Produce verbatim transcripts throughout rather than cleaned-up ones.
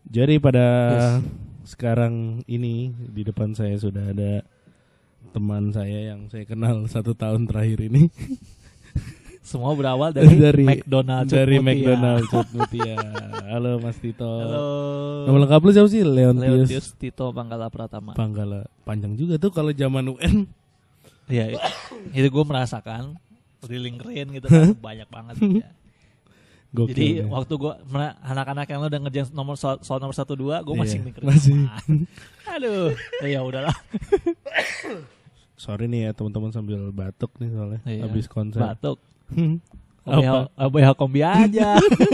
Jadi pada Yes. sekarang ini di depan saya sudah ada teman saya yang saya kenal satu tahun terakhir ini. Semua berawal dari, dari McDonald Cut dari Mutia. McDonald Cut Mutia. Halo Mas Tito. Halo. Nama lengkap lu siapa sih? Leontius Leontius Tito Panggala Pratama. Panggala. Panjang juga tuh kalau zaman U N. Iya, itu gue merasakan di LinkedIn gitu kan banyak banget ya. Gokil, Jadi ya. waktu gue anak-anak yang lo udah ngerjain nomor soal, soal nomor satu dua, gue masih Iya, mikir. masih. Aduh, ya udahlah. Sorry nih ya teman-teman sambil batuk nih soalnya Iya. habis konser. Batuk. Apa? Apa ya kombi aja.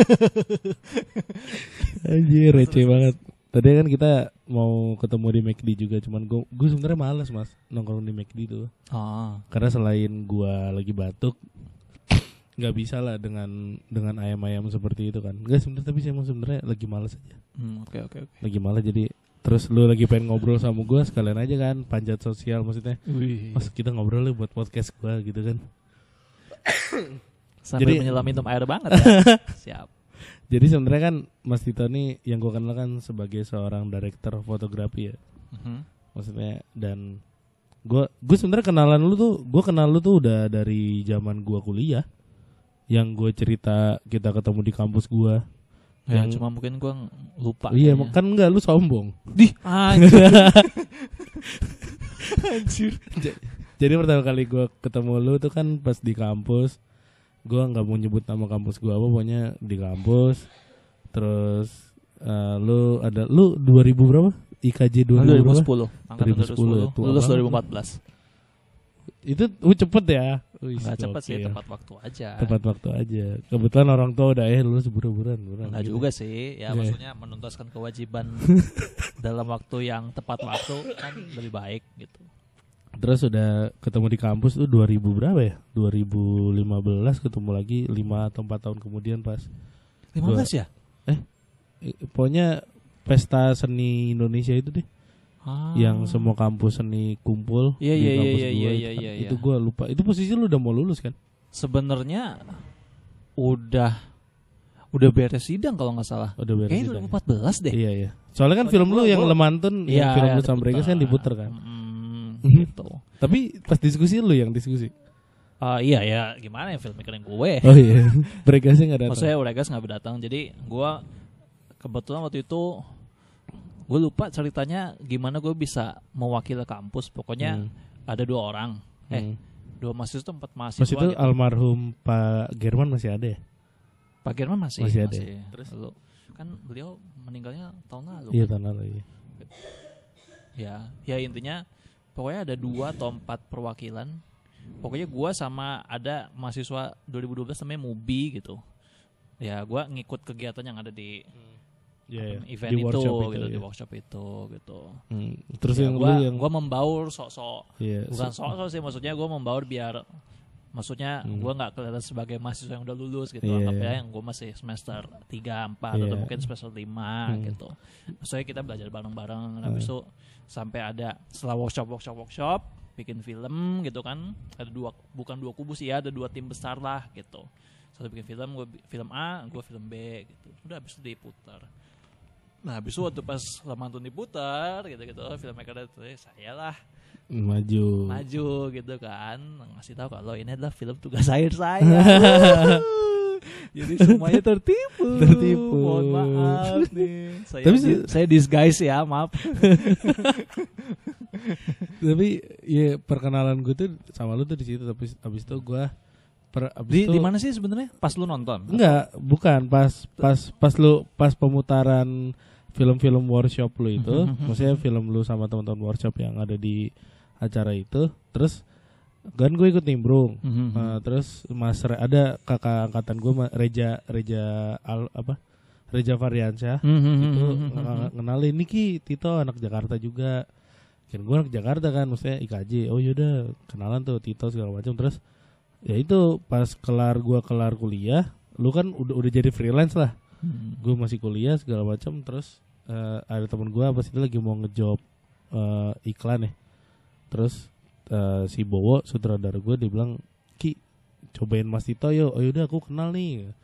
Anjir receh banget. Tadi kan kita mau ketemu di McD juga, cuman gue gue sebenarnya malas mas nongkrong di McD tuh. Oh. Karena selain gue lagi batuk, nggak bisa lah dengan dengan ayam-ayam seperti itu kan. Nggak sebenarnya, tapi emang sebenarnya lagi malas aja. Hmm, oke oke oke. Lagi malas jadi terus lu lagi pengen ngobrol sama gue sekalian aja kan panjat sosial maksudnya. Wih. Mas kita ngobrol ya buat podcast gue gitu kan. Sambil Jadi- menyelam minum air banget ya. Siap. Jadi sebenarnya kan Mas Tito nih yang gue kenal kan sebagai seorang director fotografi ya. Mhm. Maksudnya dan gue gue sebenarnya kenalan lu tuh gue kenal lu tuh udah dari zaman gue kuliah. Yang gue cerita kita ketemu di kampus gue. Ya, Yang- cuma mungkin gue lupa. Iya kayaknya. kan enggak lu sombong. Dih, anjir. Anjir. Jadi pertama kali gue ketemu lu tuh kan pas di kampus. Gue nggak mau nyebut nama kampus gue apa, pokoknya di kampus. Terus eh, lu ada lu dua ribu berapa? I K J dua ribu dua ribu berapa? sepuluh. Angkatan dua ribu sepuluh, tua Lulus banget. dua ribu empat belas. Itu uh, cepet ya. Wih, Enggak cepet sih, gokil. tepat waktu aja. Tepat waktu aja. Kebetulan orang tua udah eh lulus buru-buruan, buruan. Enggak gitu. juga sih. Ya Iya. maksudnya menuntaskan kewajiban dalam waktu yang tepat waktu kan lebih baik gitu. Terus udah ketemu di kampus tuh dua ribu berapa ya? dua ribu lima belas ketemu lagi lima atau empat tahun kemudian pas lima belas ya? eh pokoknya pesta seni Indonesia itu deh. Ah. Yang semua kampus seni kumpul Iya, di iya, kampus iya, gua iya, itu iya, kan. iya, Itu iya. gue lupa. Itu posisi lu udah mau lulus kan? Sebenarnya udah udah beres sidang kalau nggak salah. Udah beres Kayaknya sidang. dua ribu empat belas deh. Iya iya. Soalnya kan Soalnya film lu gua- yang gua- Lemantun, yang Iya, film iya, lu sama Bregas kan diputer kan. Mm, Mhm. gitu. Tapi pas diskusi lu yang diskusi. Ah, iya ya, gimana ya filmmaker yang gue. Oh iya. Bregasnya enggak datang. Maksudnya Uregas nggak datang. Jadi gue kebetulan waktu itu gue lupa ceritanya gimana gue bisa mewakili kampus. Pokoknya Hmm. ada dua orang, eh Hmm. dua mahasiswa itu empat mahasiswa. Pas itu gitu. almarhum Pak German masih ada ya? Pak German masih Masih ada. Terus lalu, kan beliau meninggalnya tahun lalu. Iya kan? tahun lalu iya. Ya, ya intinya pokoknya ada dua atau empat perwakilan. Pokoknya gue sama ada mahasiswa dua ribu dua belas namanya Mubi gitu. Ya gue ngikut kegiatan yang ada di Iya, iya. event Di itu, workshop gitu, itu, di iya. workshop itu gitu. Hmm. Terus Ya, yang gua, lu yang gua membaur sok-sok, iya, bukan so- sok-sok sih, maksudnya gue membaur biar, maksudnya Hmm. gue nggak kelihatan sebagai mahasiswa yang udah lulus gitu, Iya, anggapnya iya. yang gue masih semester tiga, empat Iya. atau mungkin semester lima Hmm. gitu. Maksudnya kita belajar bareng-bareng, Hmm. habis itu sampai ada setelah workshop, workshop, workshop, bikin film gitu kan, ada dua, bukan dua kubu sih ya, ada dua tim besar lah gitu. Satu bikin film, gue film A, gue film B gitu. Udah habis itu diputar. Nah habis itu waktu pas Lemantun diputar gitu-gitu, filmmaker itu eh, saya lah maju. maju gitu kan, ngasih tahu kalau ini adalah film tugas akhir saya. Jadi semuanya tertipu. Tertipu. Mohon maaf nih. Saya Tapi di- se- saya disguise ya, maaf. Tapi ya perkenalan gue tuh sama lu tuh di situ, tapi abis itu gue per abis Di itu di mana sih sebenarnya? Pas lu nonton? enggak, bukan pas pas pas lu pas pemutaran film-film workshop lu itu, maksudnya film lu sama teman-teman workshop yang ada di acara itu, terus kan gue ikut nimbrung. Mhm. Nah, terus Mas Re- ada kakak angkatan gue Ma- Reja Reja Al, apa Reja Variansyah Mhm. itu ng- ngenalin Niki Tito anak Jakarta juga. Kan gue anak Jakarta kan, maksudnya I K J. Oh yaudah kenalan tuh Tito segala macam. Terus ya itu pas kelar gue kelar kuliah, lu kan udah udah jadi freelance lah. Mhm. Gue masih kuliah segala macam. Terus eh, ada temen gue pas itu lagi mau ngejob eh, iklan ya. Terus eh, si Bowo sutradara gue dia bilang, Ki cobain Mas Tito yo. Oh yaudah aku kenal nih.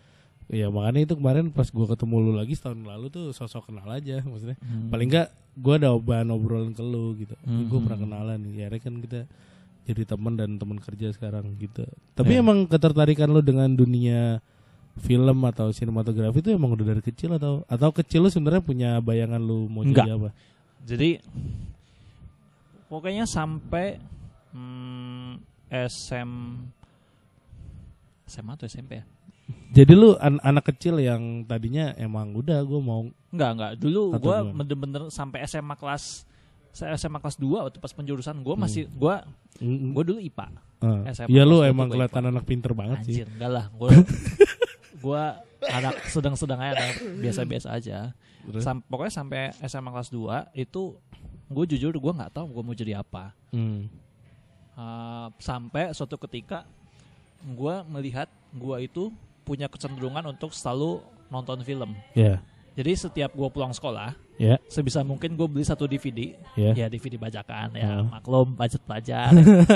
Ya makanya itu kemarin pas gue ketemu lu lagi setahun lalu tuh sosok kenal aja maksudnya. Hmm. Paling enggak gue ada bahan obrolan ke lu gitu. Hmm. Gue pernah kenalan ya kan kita jadi teman dan teman kerja sekarang gitu. Tapi Ya. emang ketertarikan lu dengan dunia film atau sinematografi itu emang udah dari kecil atau atau kecil lu sebenarnya punya bayangan lu mau Enggak. jadi apa? Jadi pokoknya sampai hmm, S M S M A atau S M P ya? Jadi lu an- anak kecil yang tadinya emang udah gue mau Enggak, enggak. Dulu Atau gue gimana? bener-bener sampai S M A kelas saya S M A kelas dua waktu pas penjurusan gue Hmm. masih gue mm, gue dulu I P A. uh, S M A ya lu kelas dua emang tuh gua kelihatan I P A. anak pinter banget sih. Anjir, enggak lah. Gue gue anak sedang-sedang aja, anak biasa-biasa aja. Terus? Sam- pokoknya sampai S M A kelas dua itu gue jujur gue nggak tahu gue mau jadi apa. Hmm. Uh, sampai suatu ketika gue melihat gue itu punya kecenderungan untuk selalu nonton film. Ya, Jadi setiap gue pulang sekolah, ya, sebisa mungkin gue beli satu D V D, ya. ya D V D bajakan, ya Oh. maklum budget pelajar,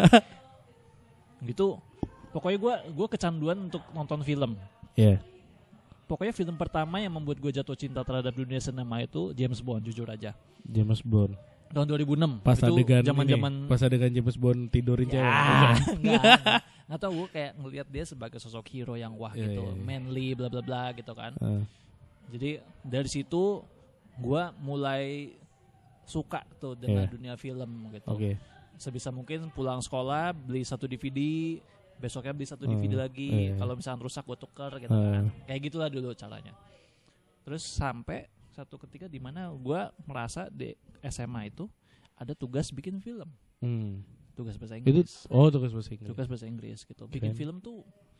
gitu. Pokoknya gue gue kecanduan untuk nonton film. Ya. Pokoknya film pertama yang membuat gue jatuh cinta terhadap dunia sinema itu James Bond, jujur aja. James Bond. Tahun dua ribu enam. Pas itu adegan zaman-zaman ini, pas adegan James Bond tidurin cewek. ya, Bukan. enggak, enggak. Nggak tahu gue kayak ngelihat dia sebagai sosok hero yang wah Iya, gitu, iya, iya. manly bla bla bla gitu kan. Uh, Jadi dari situ gue mulai suka tuh dengan Iya. dunia film gitu. Oke. Sebisa mungkin pulang sekolah beli satu D V D, besoknya beli satu D V D Hmm, lagi. iya. Kalau misalnya rusak gue tuker gitu Hmm. kan. Kayak gitulah dulu caranya. Terus sampai satu ketika di mana gue merasa di S M A itu ada tugas bikin film, Hmm. tugas bahasa Itu Inggris. oh tugas bahasa Inggris. Tugas bahasa Inggris gitu. Bikin Keren. film tuh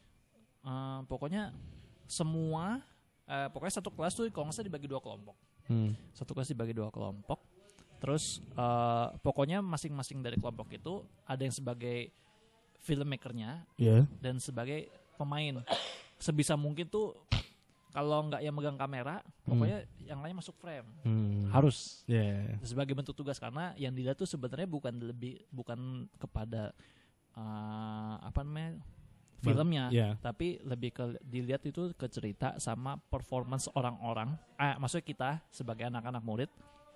eh, pokoknya semua eh, pokoknya satu kelas tuh kalau nggak salah dibagi dua kelompok. Hmm. Satu kelas dibagi dua kelompok. Terus eh, pokoknya masing-masing dari kelompok itu ada yang sebagai filmmakernya Ya. dan sebagai pemain. Sebisa mungkin tuh kalau nggak yang megang kamera, pokoknya yang lain masuk frame. Hmm. Harus Ya. sebagai bentuk tugas karena yang dilihat tuh sebenarnya bukan lebih bukan kepada eh, apa namanya filmnya, Ya. tapi lebih ke dilihat itu ke cerita sama performance orang-orang. Eh, maksudnya kita sebagai anak-anak murid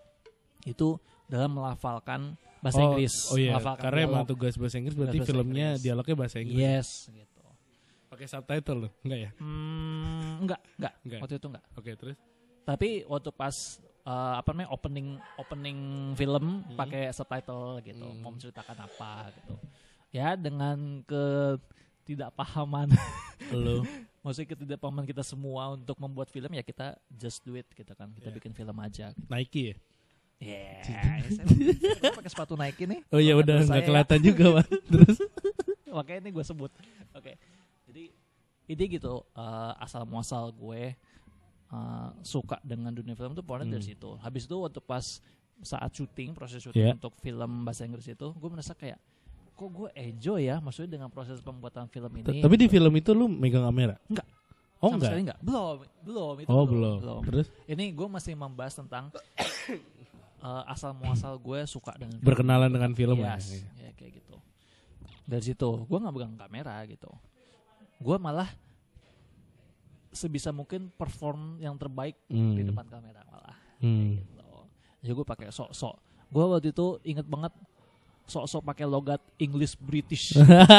itu dalam melafalkan bahasa oh, Inggris, Oh iya. melafalkan Karena emang dialog. tugas bahasa Inggris berarti Tugas bahasa filmnya Inggris. dialognya bahasa Inggris. Yes, gitu. Pakai subtitle loh, enggak ya? Hmm, enggak, enggak, Enggak. waktu itu enggak. Oke, terus? Tapi waktu pas eh, apa namanya opening opening film Hmm. pakai subtitle gitu, Hmm. mau menceritakan apa gitu. Ya dengan ketidakpahaman, Lu. maksudnya ketidakpahaman kita semua untuk membuat film ya kita just do it gitu kan, kita Yeah. bikin film aja. Nike ya? Yeah, saya pakai sepatu Nike nih. Oh iya Kalau udah menurut enggak saya- kelihatan juga, Pak. Terus Makanya ini gue sebut. Oke. Jadi ide gitu uh, asal muasal gue uh, suka dengan dunia film tuh pokoknya dari Hmm. situ. Habis itu waktu pas saat syuting, proses syuting Yeah. untuk film bahasa Inggris itu, gue merasa kayak kok gue enjoy ya, maksudnya dengan proses pembuatan film ini. tapi di film itu lu megang kamera? Enggak. Oh sama enggak. sekali enggak. Belum, belum itu Oh belum. Terus Ini gue masih membahas tentang uh, asal muasal gue suka dengan film. berkenalan dengan film ya. Yes, ya kayak gitu. Dari situ gue nggak pegang kamera gitu. Gue malah sebisa mungkin perform yang terbaik Hmm. di depan kamera malah. Hmm. Gitu. Jadi gue pakai sok-sok. Gue waktu itu inget banget sok-sok pakai logat English British.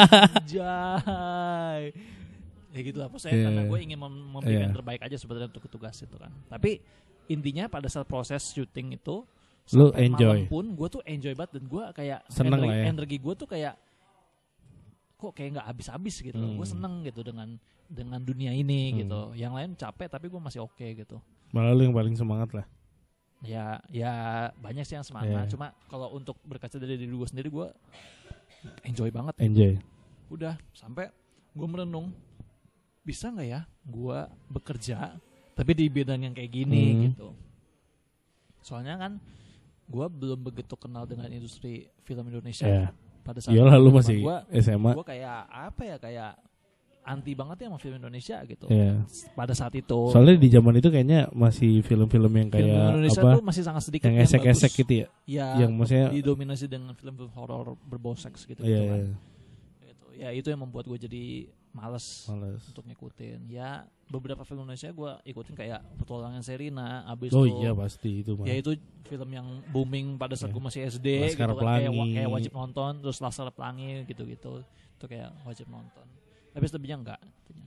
Jai. Ya gitu lah. Saya Yeah. karena gue ingin mem- memberikan Yeah. yang terbaik aja sebenarnya untuk tugas itu kan. Tapi intinya pada saat proses syuting itu Lu sampai enjoy. malam pun gue tuh enjoy banget dan gue kayak Seneng energi, lah ya. energi gue tuh kayak kok kayak nggak habis-habis gitu. Hmm. Gue seneng gitu dengan dengan dunia ini Hmm. gitu. Yang lain capek tapi gue masih oke gitu. Malah lu yang paling semangat lah. Ya ya banyak sih yang semangat. Yeah. Cuma kalau untuk berkaca dari diri gue sendiri gue enjoy banget. Enjoy. Udah sampai gue merenung bisa nggak ya gue bekerja tapi di bidang yang kayak gini Hmm. gitu. Soalnya kan gue belum begitu kenal dengan industri film Indonesia Ya. pada saat Iyalah lu itu. masih gue S M A. gue kayak apa ya kayak anti banget ya sama film Indonesia gitu Ya. pada saat itu. Soalnya di zaman itu kayaknya masih film-film yang film kayak Indonesia apa? tuh masih sangat sedikit Yang esek-esek bagus. gitu ya. Ya, Yang maksudnya didominasi dengan film-film horor berbau seks gitu, Iya, gitu kan. iya. Gitu. Ya itu yang membuat gue jadi males, Males. untuk ngikutin. Ya beberapa film Indonesia gue ikutin kayak Petualangan Serina, abis Oh itu iya pasti itu mah. ya itu film yang booming pada saat Ya. gue masih S D Laskar gitu kan, kayak, wa- Pelangi. kayak wajib nonton. Terus Laskar Pelangi gitu-gitu, itu kayak wajib nonton. Tapi selebihnya enggak intinya.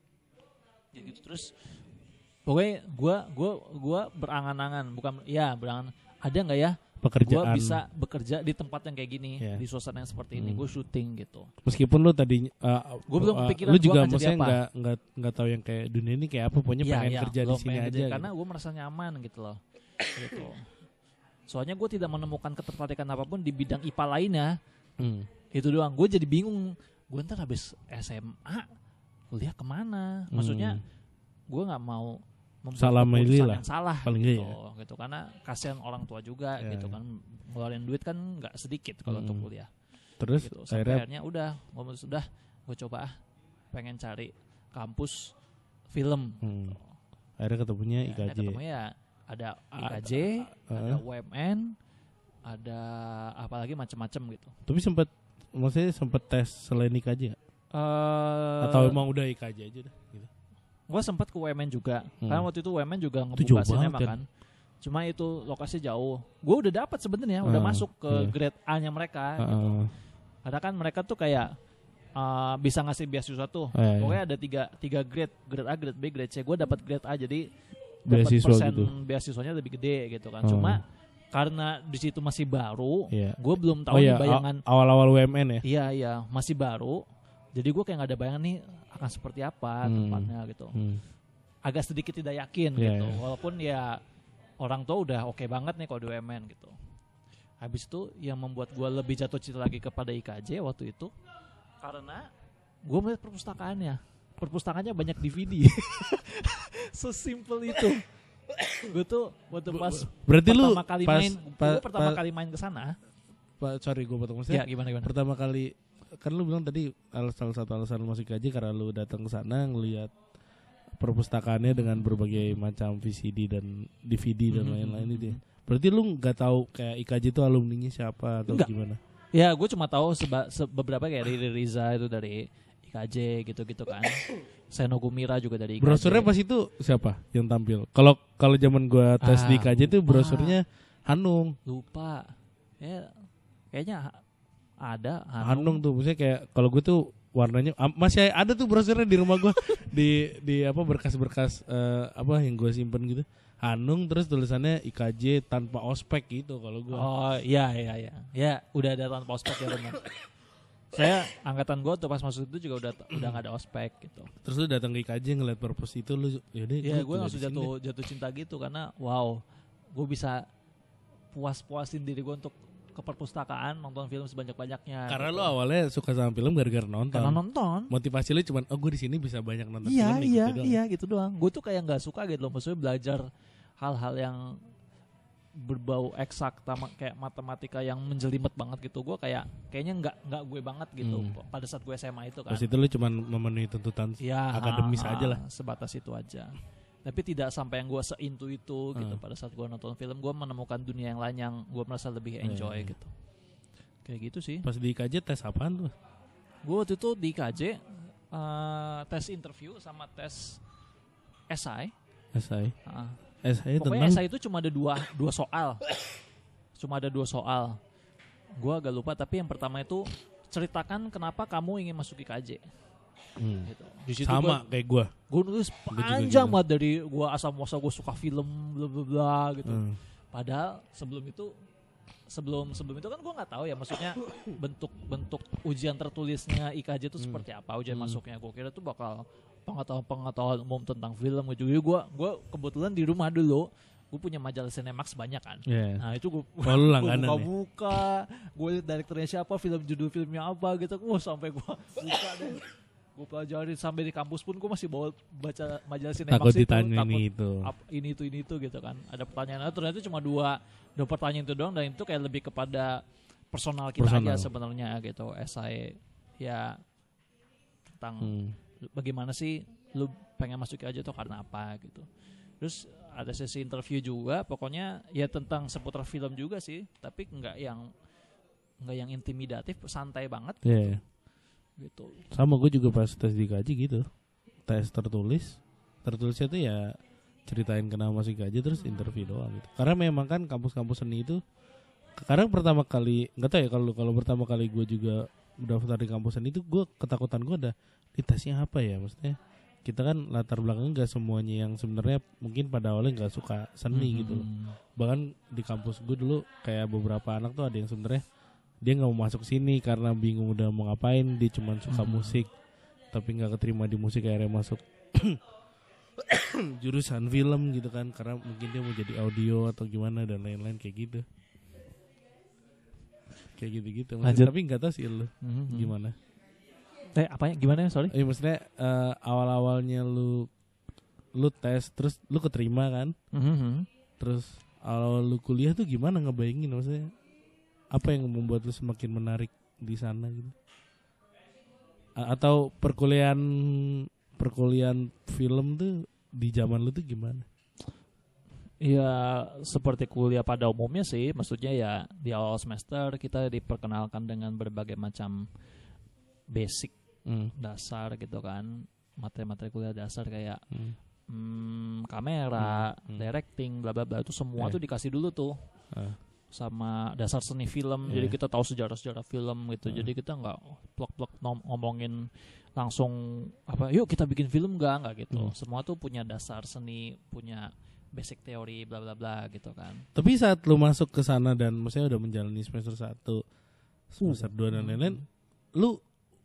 Ya gitu. Terus pokoknya gue gua gua berangan-angan, bukan ya berangan, ada nggak ya gue Pekerjaan. bisa bekerja di tempat yang kayak gini, Ya. di suasana yang seperti ini, Hmm. gue syuting gitu. Meskipun lu tadi uh, Gua belum uh, kepikiran lu gua juga akan jadi maksudnya apa. nggak nggak nggak tahu yang kayak dunia ini kayak apa, pokoknya Iya, pengen iya, kerja di gua sini pengen aja. kerja, gitu. karena gue merasa nyaman gitu loh. Gitu. Soalnya gue tidak menemukan ketertarikan apapun di bidang I P A lainnya. Hmm. Itu doang. Gue jadi bingung. Gue ntar habis S M A kuliah kemana? Maksudnya Hmm. gue nggak mau membuat Salah keputusan milih lah, yang salah paling gitu, nggak gitu. Karena kasihan orang tua juga Ya. gitu kan, ngeluarin duit kan nggak sedikit kalau Hmm. untuk kuliah. Terus Gitu. Sampai akhirnya akhirnya udah, gue sudah gue coba ah, pengen cari kampus film. hmm, akhirnya ketemunya Ya, I K akhirnya J. ketemu ya ada I K J, Ah, ada ah. U M N, ada apalagi macam-macam gitu. Tapi sempat maksudnya sempat tes selain I K J nggak? Eh, Atau emang udah I K J aja dah gitu. gue sempat ke U M N juga, Hmm. karena waktu itu U M N juga Itu jauh ngebuka sinema banget, kan. Cuma itu lokasi jauh. Gue udah dapat sebenarnya, udah Ah, masuk ke iya. grade A-nya mereka. Ah, Gitu. ah. Karena kan mereka tuh kayak uh, bisa ngasih beasiswa tuh. Oh, iya, iya. Pokoknya ada tiga tiga grade, grade A, grade B, grade C. Gue dapat grade A, jadi dapat Beasiswa persen gitu. beasiswanya lebih gede gitu kan. Oh. Cuma karena di situ masih baru, Iya. gue belum tahu Oh nih iya, bayangan. aw- awal-awal U M N ya. Iya iya masih baru. Jadi gue kayak nggak ada bayangan nih akan seperti apa Hmm. tempatnya gitu. Hmm. Agak sedikit tidak yakin Iya, gitu. iya. Walaupun ya orang tua udah oke banget nih kalau di U M N gitu. Habis itu yang membuat gue lebih jatuh cinta lagi kepada I K J waktu itu karena gue melihat perpustakaannya. Perpustakaannya banyak D V D. Sesimpel itu. Gue tuh waktu pas Berarti lu pertama kali pas, main, pa- gue pertama pa- kali main ke sana. pa- sorry gue potong Ya maksudnya. gimana gimana. Pertama kali kan lu bilang tadi al- salah satu alasan lu masuk I K J karena lu datang ke sana ngelihat perpustakaannya dengan berbagai macam V C D dan D V D dan Mhm. lain-lain itu. ya. Berarti lu nggak tahu kayak I K J itu alumninya siapa atau Nggak. gimana? Ya gue cuma tahu seba, se- beberapa kayak Riri Riza itu dari I K J gitu-gitu kan. Seno Gumira juga dari I K J. Brosurnya pas itu siapa yang tampil? Kalau kalau zaman gua tes Ah, di I K J itu lupa. brosurnya Hanung. Lupa. Ya kayaknya ha- ada Hanung tuh maksudnya kayak kalau gue tuh warnanya am- masih ada tuh brosurnya di rumah gua di di apa berkas-berkas eh, apa yang gua simpen gitu. Hanung terus tulisannya I K J tanpa ospek gitu kalau gua. Oh iya iya iya. Ya udah ada tanpa ospek ya benar. Saya angkatan gue tuh pas masuk itu juga udah udah nggak ada ospek gitu. Terus lu datang ke I K J ngeliat purpose itu lu yaudah Iya gua gue tinggal langsung di sini jatuh jatuh cinta gitu karena wow gue bisa puas-puasin diri gue untuk ke perpustakaan nonton film sebanyak-banyaknya. deh. Karena gitu. lu awalnya suka sama film gara-gara nonton. Karena nonton. Motivasi lu cuman oh gue di sini bisa banyak nonton Iya film nih iya gitu doang. iya gitu doang. Gue tuh kayak nggak suka gitu loh, maksudnya belajar hal-hal yang berbau eksakta ma- kayak matematika yang menjelimet banget gitu. Gue kayak kayaknya nggak nggak gue banget gitu Hmm. pada saat gue S M A itu kan. Pas itu lu cuman memenuhi tuntutan Ya, akademis ah, aja lah. sebatas itu aja. Tapi tidak sampai yang gue seintu itu gitu. Hmm. Pada saat gue nonton film, gue menemukan dunia yang lain yang gue merasa lebih enjoy Hmm. gitu. Kayak gitu sih. Pas di I K J tes apaan tuh? Gue waktu itu di K J eh, tes interview sama tes S I. S I. Ah. S I Pokoknya tentang S I itu cuma ada dua dua soal. Cuma ada dua soal. Gue agak lupa. Tapi yang pertama itu ceritakan kenapa kamu ingin masuk I K J. Hmm. Gitu. Di situ Sama gua- kayak gua. gue nulis juga panjang gitu. banget dari gue asal muasal gue suka film bla bla bla gitu. Hmm. Padahal sebelum itu sebelum sebelum itu kan gue nggak tahu ya, maksudnya bentuk bentuk ujian tertulisnya I K J itu Hmm. seperti apa ujian Hmm. masuknya. Gue kira tuh bakal pengetahuan pengetahuan umum tentang film gitu. Jadi gue gue kebetulan di rumah dulu gue punya majalah Cinemax banyak kan. Iya. Nah itu gue Oh, lu langganan ya? buka-buka, gue liat direkturnya siapa, film judul filmnya apa gitu. Wah sampai gue buka deh. Gue pelajarin sampai di kampus pun gue masih bawa baca majalah Cinemax Takut itu. ditanya takut ini itu. ap- ini itu ini itu gitu kan. Ada pertanyaan, ternyata cuma dua dua pertanyaan itu doang, dan itu kayak lebih kepada personal kita Personal. aja sebenarnya gitu. Esai ya tentang Hmm. bagaimana sih lu pengen masuk aja tuh karena apa gitu. Terus ada sesi interview juga, pokoknya ya tentang seputar film juga sih, tapi nggak yang nggak yang intimidatif, santai banget. Iya. gitu. Sama gue juga pas tes di I K J gitu. Tes tertulis. Tertulisnya tuh ya ceritain kenapa masuk I K J terus interview doang gitu. Karena memang kan kampus-kampus seni itu sekarang pertama kali nggak tahu ya kalau kalau pertama kali gue juga daftar di kampus seni itu gue ketakutan gue ada di tesnya apa ya, maksudnya kita kan latar belakangnya nggak semuanya yang sebenarnya mungkin pada awalnya nggak suka seni Hmm. gitu loh. Bahkan di kampus gue dulu kayak beberapa anak tuh ada yang sebenarnya dia nggak mau masuk sini karena bingung udah mau ngapain, dia cuma suka Hmm. musik tapi nggak keterima di musik akhirnya masuk jurusan film gitu kan karena mungkin dia mau jadi audio atau gimana dan lain-lain kayak gitu kayak gitu-gitu. Maksudnya, Lanjut. tapi nggak tahu sih lu Hmm. gimana. Eh apanya gimana sorry? Eh maksudnya eh, awal-awalnya lu lu tes terus lu keterima kan, Hmm. terus awal lu kuliah tuh gimana ngebayangin, maksudnya apa yang membuat lu semakin menarik di sana gitu? A- atau perkuliahan perkuliahan film tuh di zaman lu tuh gimana? Ya seperti kuliah pada umumnya sih, maksudnya ya di awal semester kita diperkenalkan dengan berbagai macam basic Hmm. dasar gitu kan, materi-materi kuliah dasar kayak Hmm. hmm, kamera, Hmm, hmm. directing, bla bla bla itu semua Eh. tuh dikasih dulu tuh Ah. sama dasar seni film. Eh. Jadi kita tahu sejarah-sejarah film gitu. Hmm. Jadi kita nggak plok-plok nom- ngomongin langsung apa, yuk kita bikin film nggak nggak gitu. Hmm. Semua tuh punya dasar seni, punya basic teori, bla bla bla gitu kan. Tapi saat lu masuk ke sana dan maksudnya udah menjalani semester satu, semester dua dan lain-lain, lu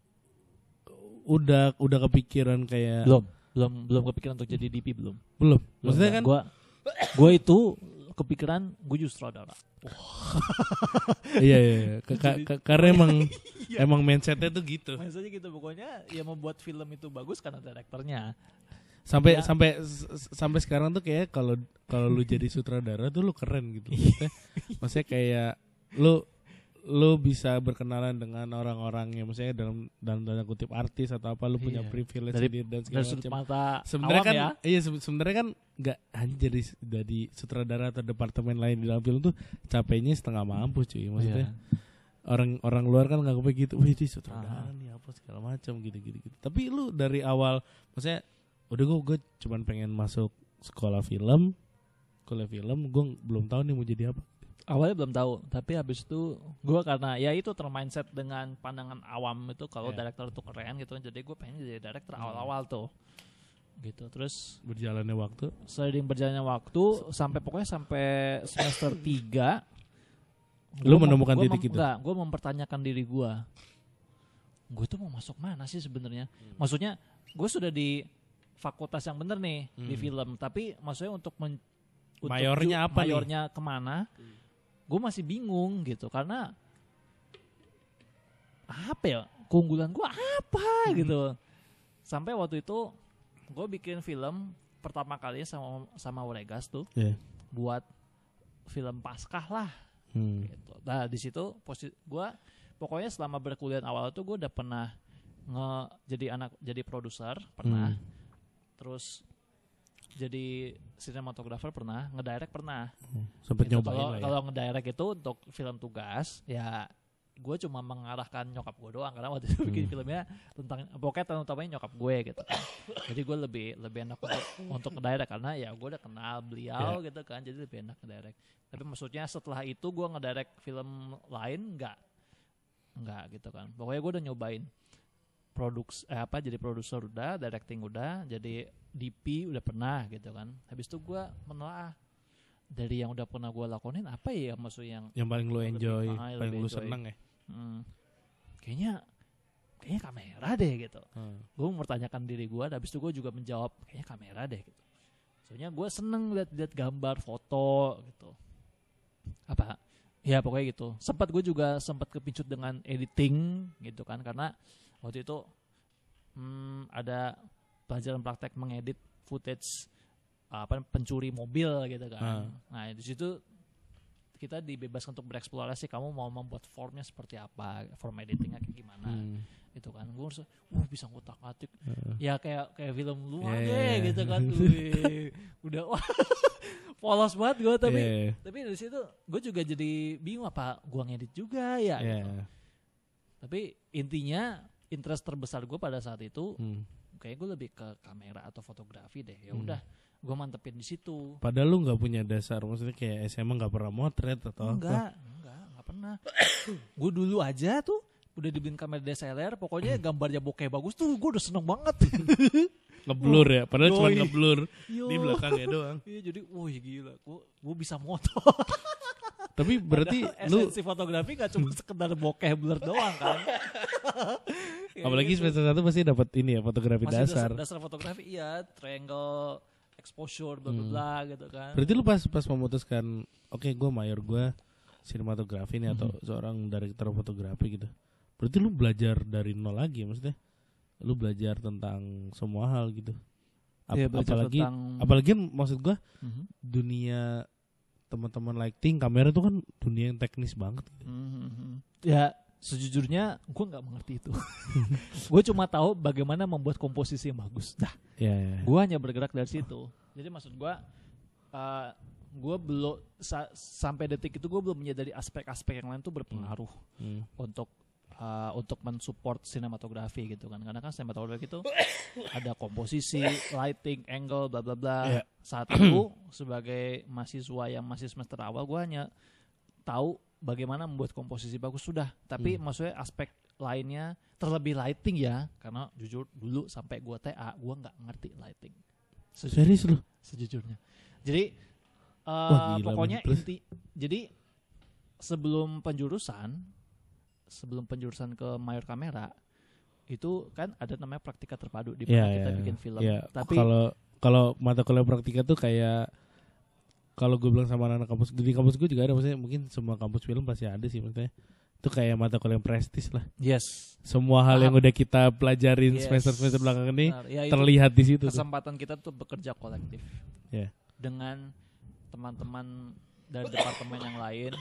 udah udah kepikiran kayak Belum, belum belum kepikiran untuk jadi D P belum. belum. Belum, Maksudnya kan gua gua itu kepikiran gue justru sutradara. iya iya, iya. Ke- ka- ka- karena emang emang mindsetnya tuh gitu. Maksudnya gitu pokoknya ya membuat film itu bagus karena direkturnya. Sampai Ya. sampai s- s- sampai sekarang tuh kayak kalau kalau lu jadi sutradara tuh lu keren gitu. Maksudnya, maksudnya kayak lu lu bisa berkenalan dengan orang-orang yang maksudnya dalam dalam tanda kutip artis atau apa, lu punya Iya. privilege Dari- sendiri dan Dari segala sudut macam. mata Sebenarnya awam kan ya. iya se- sebenarnya kan nggak hanya jadi dari sutradara atau departemen lain di dalam film tuh capeknya setengah mampu cuy, maksudnya Iya. orang orang luar kan nggak kayak gitu, wih dia sutradara Aha. nih apa segala macam gitu gitu gitu. Tapi lu dari awal maksudnya udah gue gue cuman pengen masuk sekolah film, kuliah film, gue belum tahu nih mau jadi apa. Awalnya belum tahu, tapi habis itu gue karena ya itu termindset dengan pandangan awam itu kalau Yeah. director itu keren gitu, jadi gue pengen jadi director Hmm. awal-awal tuh, gitu. Terus Berjalannya waktu, seiring berjalannya waktu sampai pokoknya sampai semester tiga, lu menemukan gua titik itu. Enggak, gue mempertanyakan diri gue, gue tuh mau masuk mana sih sebenarnya? Maksudnya gue sudah di fakultas yang bener nih di Hmm. film, tapi maksudnya untuk men, untuk Mayornya ju- apa nih? mayornya kemana? Gue masih bingung gitu karena apa ya keunggulan gue apa Hmm. gitu. Sampai waktu itu gue bikin film pertama kali sama sama Uregas tuh Yeah. buat film Paskah lah. Hmm. Gitu. Nah di situ posisi gue pokoknya selama berkuliah awal tuh gue udah pernah nge jadi anak jadi produser pernah, Hmm. terus jadi sinematografer pernah, ngedirect pernah. Sempet Gitu. nyobain Kalau lah ya. kalau ngedirect itu untuk film tugas ya gue cuma mengarahkan nyokap gue doang karena waktu itu bikin Hmm. filmnya tentang pokoknya tentang utamanya nyokap gue gitu kan. Jadi gue lebih lebih enak untuk untuk ngedirect karena ya gue udah kenal beliau Ya. gitu kan, jadi lebih enak ngedirect. Tapi maksudnya setelah itu gue ngedirect film lain enggak enggak gitu kan. Pokoknya gue udah nyobain produks eh apa jadi produser udah, directing udah, jadi D P udah pernah gitu kan. Habis itu gue menelaah dari yang udah pernah gue lakonin apa ya maksud yang Yang paling lu Lebih- enjoy, ah, paling lebih lu enjoy. seneng ya. hmm, kayaknya kayaknya kamera deh gitu. Hmm. Gue mempertanyakan diri gue, habis itu gue juga menjawab kayaknya kamera deh gitu. Soalnya gue seneng lihat-lihat gambar, foto gitu. Apa? Ya pokoknya gitu. Sempat gue juga sempat kepincut dengan editing gitu kan karena waktu itu hmm, ada pelajaran praktek mengedit footage apa pencuri mobil gitu kan. Ah. Nah di situ kita dibebaskan untuk bereksplorasi kamu mau membuat formnya seperti apa, form editingnya kayak gimana Hmm. gitu kan. Gue harus uh bisa ngutak-ngatik Uh. ya kayak kayak film luar Yeah, deh yeah, yeah. gitu kan. Wih, udah wah polos banget gue tapi Yeah. tapi dari situ gue juga jadi bingung apa gue ngedit juga ya Yeah. gitu. Tapi intinya interest terbesar gue pada saat itu Hmm. kayak gue lebih ke kamera atau fotografi deh. Ya Hmm. udah, gue mantepin di situ. Padahal lu nggak punya dasar, maksudnya kayak S M A nggak pernah motret atau apa? Enggak, enggak, enggak pernah. Gue dulu aja tuh udah dibeliin kamera D S L R, pokoknya gambarnya bokeh bagus tuh, gue udah seneng banget. Ngeblur ya, padahal cuma Yoi. ngeblur Yo. di belakangnya doang. Iya, jadi, wih gila, gue gue bisa moto. Tapi berarti Padahal lu, esensi fotografi gak cuma sekedar bokeh blur doang kan. Kayak apalagi gitu. semester satu pasti dapat ini ya, fotografi Masih dasar. dasar fotografi iya, triangle, exposure, bla bla Hmm. bla gitu kan. Berarti lu pas pas memutuskan, oke gue mayor gue sinematografi nih atau Mhm. seorang director fotografi gitu. Berarti lu belajar dari nol lagi, maksudnya lu belajar tentang semua hal gitu. Ap- Iya, belajar apalagi tentang- apalagi maksud gue Mhm. dunia teman-teman lighting kamera itu kan dunia yang teknis banget gitu. Mhm. Ya sejujurnya gue nggak mengerti itu. Gue cuma tahu bagaimana membuat komposisi yang bagus. Dah, Ya, ya. gue hanya bergerak dari situ. Jadi maksud gue, uh, gue belum sa- sampai detik itu gue belum menyadari aspek-aspek yang lain tuh berpengaruh Hmm. untuk uh, untuk mensupport sinematografi gitu kan. Karena kan sinematografi itu ada komposisi, lighting, angle, bla bla bla. Iya. Saat itu sebagai mahasiswa yang masih semester awal, gue hanya tahu bagaimana membuat komposisi bagus sudah. Tapi Hmm. maksudnya aspek lainnya terlebih lighting ya, karena jujur dulu sampai gue T A gue nggak ngerti lighting. Sejujurnya. Serius lu? Sejujurnya. Jadi uh, Wah, gila, pokoknya men. Terus? inti. Jadi sebelum penjurusan, sebelum penjurusan ke mayor kamera itu kan ada namanya praktika terpadu di mana Iya, kita iya, bikin film. iya. Tapi kalau kalau mata kuliah praktika tuh kayak, kalau gue bilang sama anak kampus, di kampus gue juga ada, maksudnya mungkin semua kampus film pasti ada sih, maksudnya itu kayak mata kuliah yang prestis lah. yes, Semua hal yang Paham. udah kita pelajarin Yes. semester-semester belakang ini benar. Ya, itu terlihat di situ tuh. kesempatan kita tuh bekerja kolektif Ya. dengan teman-teman dari departemen yang lain.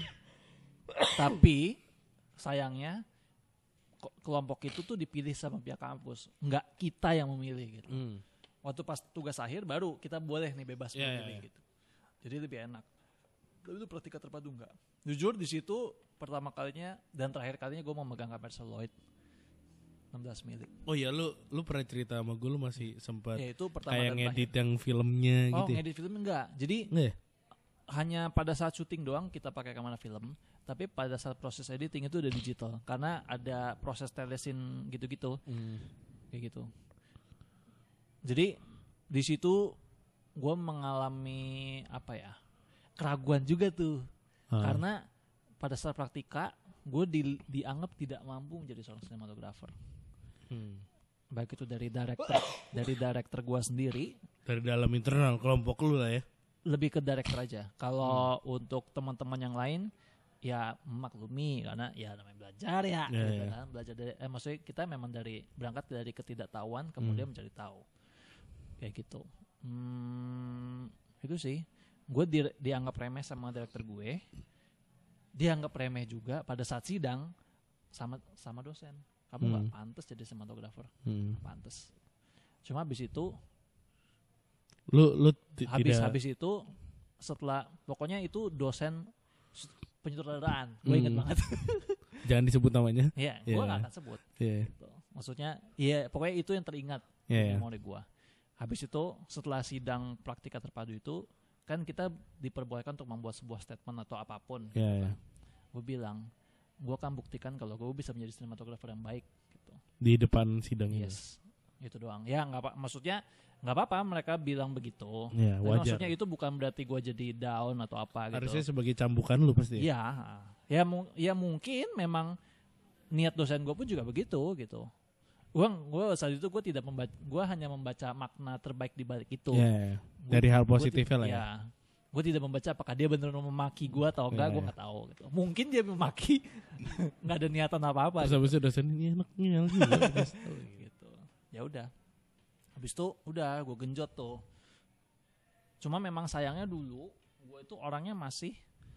Tapi sayangnya ko- kelompok itu tuh dipilih sama pihak kampus, nggak kita yang memilih gitu. Hmm. Waktu pas tugas akhir baru kita boleh nih bebas Iya, memilih iya, iya. gitu. Jadi lebih enak. Tapi itu praktika terpadu enggak. Jujur di situ pertama kalinya dan terakhir kalinya gue mau megang kamera celluloid enam belas mili. Oh iya, lu lu pernah cerita sama gue, lu masih sempat Ya itu pertama kayak dan ngedit terakhir. yang filmnya Oh, gitu. Ya? ngedit film enggak. Jadi Nggak ya? hanya pada saat syuting doang kita pakai kamera film, tapi pada saat proses editing itu udah digital karena ada proses telesin gitu-gitu. Hmm. Kayak gitu. Jadi di situ gue mengalami apa ya, keraguan juga tuh Ah. karena pada saat praktika gue di, dianggap tidak mampu menjadi seorang sinematografer, Hmm. baik itu dari director dari director gue sendiri, Dari dalam internal kelompok lu lah ya. lebih ke director aja. Kalau untuk teman-teman yang lain ya maklumi karena ya namanya belajar ya, Ya, gitu ya. kan. Belajar dari eh, maksudnya kita memang dari berangkat dari ketidaktahuan kemudian Hmm. mencari tahu kayak gitu. Hmm, itu sih gue di, dianggap remeh sama direktur gue, dianggap remeh juga pada saat sidang sama sama dosen. Kamu nggak Hmm. pantas jadi sinematografer, Hmm. pantas. Cuma habis itu Lu lu ti- habis tidak habis itu setelah pokoknya itu dosen s- penyutradaraan, gue ingat Hmm. banget. jangan disebut namanya. Iya, Iya. gue nggak akan sebut. Iya. Gitu. Maksudnya, iya pokoknya itu yang teringat Iya, di iya. memori gue. Habis itu setelah sidang praktika terpadu itu kan kita diperbolehkan untuk membuat sebuah statement atau apapun. Iya, iya. Gue bilang, gue akan buktikan kalau gue bisa menjadi sinematografer yang baik. Gitu. Di depan sidang itu. Yes, itu doang. Ya nggak apa, maksudnya nggak apa-apa mereka bilang begitu. Iya, Tapi wajar. maksudnya itu bukan berarti gue jadi down atau apa gitu. Harusnya sebagai cambukan lu pasti. Iya, ya, mu- ya mungkin memang niat dosen gue pun juga begitu gitu. Gue gue saat itu gue tidak membaca, gue hanya membaca makna terbaik di balik itu. Iya, iya. Gua- Dari hal gua positifnya ti- lah ya. iya. Gue tidak membaca apakah dia benar-benar memaki gue atau enggak, Iya, gue iya. nggak tahu gitu. Mungkin dia memaki, nggak ada niatan apa-apa. Terus habis itu dosen ini enak ngel juga. Terus, Gitu, gitu. Ya udah. Habis itu udah gue genjot tuh. Cuma memang sayangnya dulu gue itu orangnya masih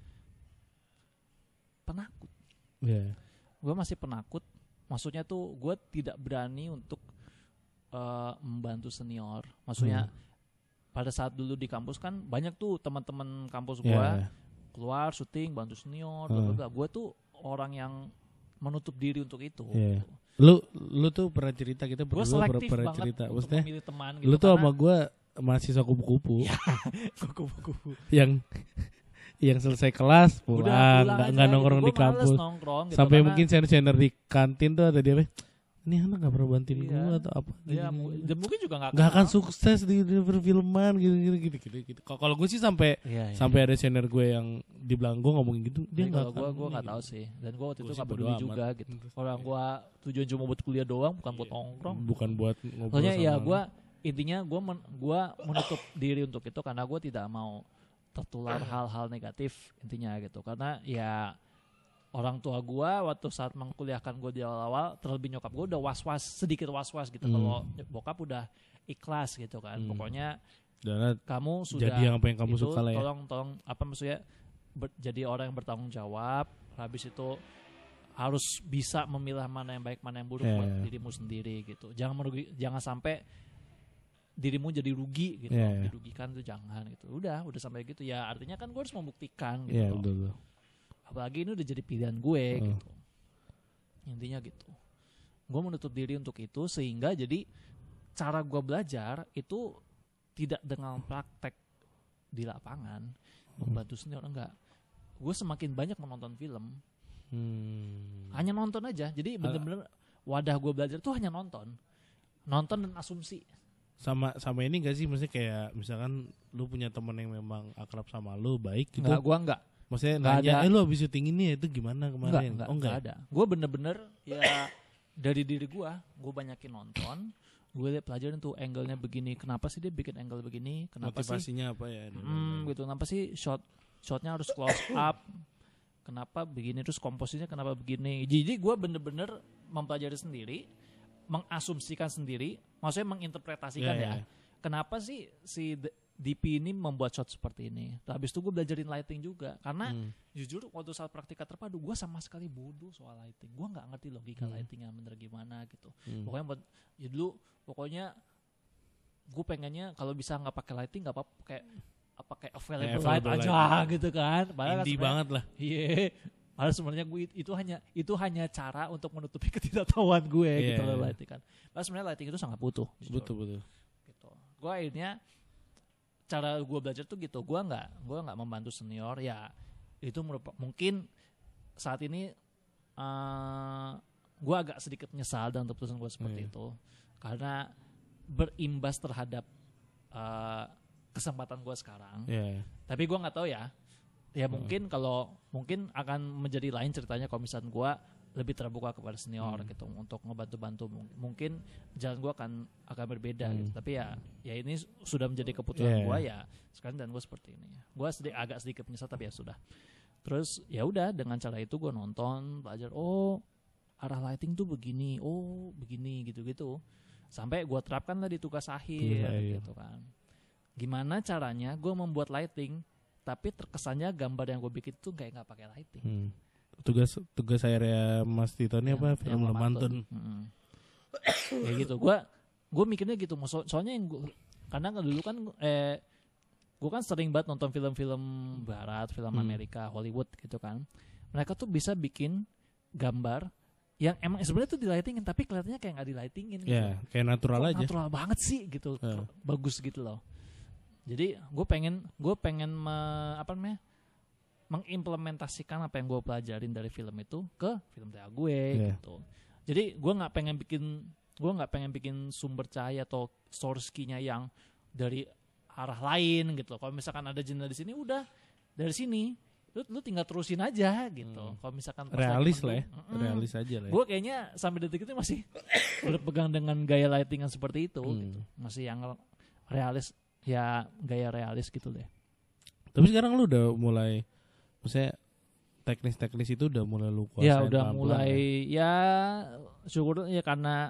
penakut. Iya. Gue masih penakut. Maksudnya tuh gue tidak berani untuk uh, membantu senior. Maksudnya Hmm. pada saat dulu di kampus kan banyak tuh teman-teman kampus gue Iya. keluar syuting bantu senior. Bla bla Hmm. bla. Gue tuh orang yang menutup diri untuk itu. Iya. gitu. Lu lu tuh pernah cerita kita Gue berdua pernah, selektif pernah banget cerita. untuk Maksudnya memilih teman gitu. lu tuh karena- sama gue mahasiswa kupu-kupu kupu-kupu. yang yang selesai kelas pulang, nggak nggak nongkrong di kampus. Nongkrong, gitu, Sampai karena- mungkin senior-senior di kantin tuh ada dia, ini anak gak pernah bantuin Iya. gue atau apa? ya, Gini, mu- gini. dan mungkin juga nggak Nggak akan kenal. sukses di, di perfilman gitu gitu gitu gitu. gitu. Kalau gue sih sampai Iya, iya. sampai ada senior gue yang di belakang gue ngomongin gitu, dia Jadi nggak kalau akan gue gue ini nggak gitu. tahu sih, dan gue waktu Gua itu sih nggak bodo peduli amat. juga gitu. Terus, Orang iya. gue tujuan cuma buat kuliah doang, bukan buat nongkrong. Bukan buat ngobrol Soalnya sama ya lu. gue intinya gue men, gue menutup diri untuk itu karena gue tidak mau tertular hal-hal negatif intinya gitu. Karena ya orang tua gue waktu saat mengkuliahkan gue di awal-awal, terlebih nyokap gue udah was-was, sedikit was-was gitu. Hmm. Kalau bokap udah ikhlas gitu kan. Hmm. Pokoknya Dan kamu sudah jadi apa yang kamu itu, suka lah ya. tolong tolong apa maksudnya ber- jadi orang yang bertanggung jawab. Habis itu harus bisa memilah mana yang baik mana yang buruk Yeah, buat yeah. dirimu sendiri gitu. Jangan merugi, jangan sampai dirimu jadi rugi gitu. Yeah, yeah. Dirugikan itu jangan gitu. Udah, udah sampai gitu ya. Artinya kan gue harus membuktikan gitu. Iya loh. betul betul. Apalagi ini udah jadi pilihan gue Hmm. gitu. Intinya gitu. Gue menutup diri untuk itu sehingga jadi cara gue belajar itu tidak dengan praktek di lapangan membantu senior, enggak. Gue semakin banyak menonton film, Hmm. hanya nonton aja. Jadi bener-bener wadah gue belajar tuh hanya nonton, nonton dan asumsi. Sama sama ini gak sih, maksudnya kayak misalkan lu punya teman yang memang akrab sama lu baik gitu. Enggak, gue enggak. Maksudnya Nggak nanya, ada. eh lu habis syuting ini ya itu gimana Enggak, kemarin? enggak, Oh enggak. enggak ada. Gue bener-bener ya dari diri gue, gue banyakin nonton, gue liat pelajarin tuh angle-nya begini, kenapa sih dia bikin angle begini, kenapa sih, Motivasinya apa ya? hmm, gitu, kenapa sih shot shotnya harus close up, kenapa begini, terus komposisinya kenapa begini. Jadi gue bener-bener mempelajari sendiri, mengasumsikan sendiri, maksudnya menginterpretasikan Iya, ya. iya. Kenapa sih si D- DP ini membuat shot seperti ini? Habis itu gue belajarin lighting juga, karena Hmm. jujur waktu saat praktika terpadu gue sama sekali bodoh soal lighting. Gue nggak ngerti logika Hmm. lighting yang bener gimana gitu. Hmm. Pokoknya buat ya dulu pokoknya gue pengennya kalau bisa nggak pakai lighting nggak apa-apa, kayak apa kayak available, Kayak light available aja light. gitu kan. Padahal kan Indie sebenarnya- banget lah. Iya. Padahal sebenarnya gue itu hanya itu hanya cara untuk menutupi ketidaktahuan gue Iya, gitu loh iya. lighting kan. Padahal sebenarnya lighting itu sangat butuh. jujur. Betul betul. Gitu. Gue akhirnya cara gue belajar tuh gitu. Gue nggak gue nggak membantu senior ya. Itu merupakan mungkin saat ini uh, gue agak sedikit menyesal dengan keputusan gue seperti Iya. itu karena berimbas terhadap uh, kesempatan gue sekarang. Iya. Tapi gue nggak tahu ya. Ya mungkin kalau mungkin akan menjadi lain ceritanya kalau misalnya gue lebih terbuka kepada senior Hmm. gitu untuk ngebantu-bantu. Mung- Mungkin jalan gue akan akan berbeda Hmm. gitu. Tapi ya ya ini sudah menjadi keputusan Yeah. gue ya. Sekarang dan gue seperti ini. Gue sedikit agak sedikit menyesal tapi ya sudah. Terus ya udah dengan cara itu gue nonton, belajar oh arah lighting tuh begini, oh begini gitu-gitu. Sampai gue terapkan lah di tugas akhir Tugas akhir. gitu kan. Gimana caranya gue membuat lighting tapi terkesannya gambar yang gue bikin tuh kayak nggak pakai lighting. Hmm. Tugas tugas akhirnya Mas Tito ini apa? Yang- Film yang Lemantun. Mm-mm. Kayak gitu. Gue gue mikirnya gitu. So- soalnya yang gua, karena dulu kan eh gue kan sering banget nonton film-film Barat, film Hmm. Amerika, Hollywood gitu kan. Mereka tuh bisa bikin gambar yang emang sebenarnya tuh di lightingin tapi kelihatannya kayak nggak di lightingin gitu. Ya, kayak natural Kok aja. natural banget sih gitu. Ya. Bagus gitu loh. Jadi gue pengen gue pengen me- apa namanya mengimplementasikan apa yang gue pelajarin dari film itu ke film TA gue Yeah. gitu. Jadi gue nggak pengen bikin gue nggak pengen bikin sumber cahaya atau source key-nya yang dari arah lain gitu. Kalau misalkan ada jendela di sini udah dari sini lu, lu tinggal terusin aja gitu. Hmm. Kalau misalkan pas lagi Realis mendung, lah ya. mm-mm. Realis aja lah ya. Gue kayaknya sampai detik itu masih berpegang dengan gaya lighting yang seperti itu Hmm. gitu. Masih yang realis ya gaya realis gitu deh. Tapi sekarang lu udah mulai, maksudnya teknis-teknis itu udah mulai lu kuasain Ya udah pelan-pelan mulai ya syukur ya karena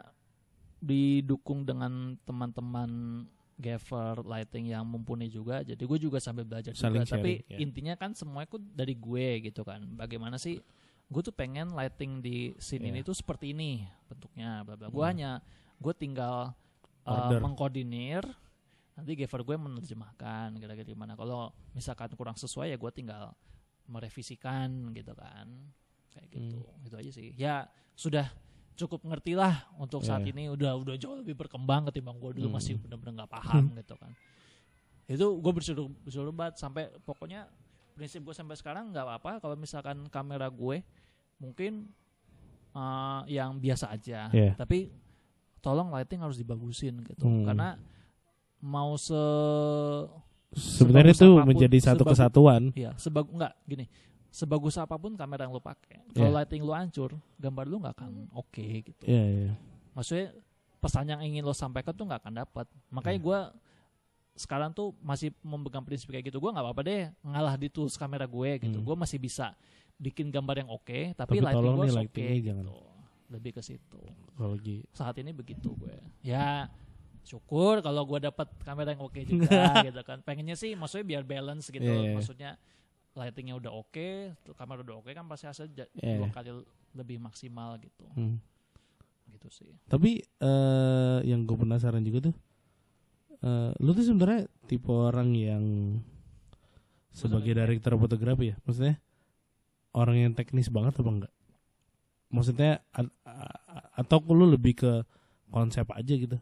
didukung dengan teman-teman gaffer lighting yang mumpuni juga. Jadi gue juga sambil belajar Saling juga. Tapi sharing, ya. intinya kan semuanya itu dari gue gitu kan. Bagaimana sih gue tuh pengen lighting di scene Yeah. ini tuh seperti ini bentuknya. Bla bla. Gue Hmm. hanya gue tinggal uh, Order. mengkoordinir. Nanti gaffer gue menerjemahkan kira-kira gimana. Kalau misalkan kurang sesuai ya gue tinggal merevisikan gitu kan. Kayak gitu. Hmm. Itu aja sih. Ya sudah cukup ngerti lah untuk saat Yeah. ini udah udah jauh lebih berkembang ketimbang gue dulu Hmm. masih benar-benar nggak paham gitu kan. Itu gue bersuruh bersuruh banget sampai pokoknya prinsip gue sampai sekarang nggak apa-apa kalau misalkan kamera gue mungkin uh, yang biasa aja, Yeah. tapi tolong lighting harus dibagusin gitu Hmm. karena mau se Sebenarnya sebagus itu apapun, menjadi satu sebagus- kesatuan. ya sebagus enggak gini sebagus apapun kamera yang lo pakai kalau Yeah. lighting lo hancur gambar lo nggak akan oke gitu. Iya, iya. Maksudnya pesan yang ingin lo sampaikan tuh nggak akan dapat. Makanya Hmm. gue sekarang tuh masih memegang prinsip kayak gitu. Gue nggak apa-apa deh ngalah di tools kamera gue gitu. Hmm. Gue masih bisa bikin gambar yang oke, Tapi tapi, lighting tolong gue nih oke lightingnya gitu. jangan. Lebih ke situ. Kalau lagi Saat ini begitu gue. Ya syukur kalau gue dapat kamera yang oke juga gitu kan. Pengennya sih maksudnya biar balance gitu. Yeah, yeah. Maksudnya lightingnya udah oke, kamera udah oke kan pasti hasil ja- Yeah. dua kali lebih maksimal gitu. hmm. Gitu sih. Tapi eh yang gue penasaran juga tuh, eh lu tuh sebenarnya tipe orang yang sebagai director fotografi ya, maksudnya orang yang teknis banget apa enggak? Maksudnya a- a- atau lu lebih ke konsep aja gitu?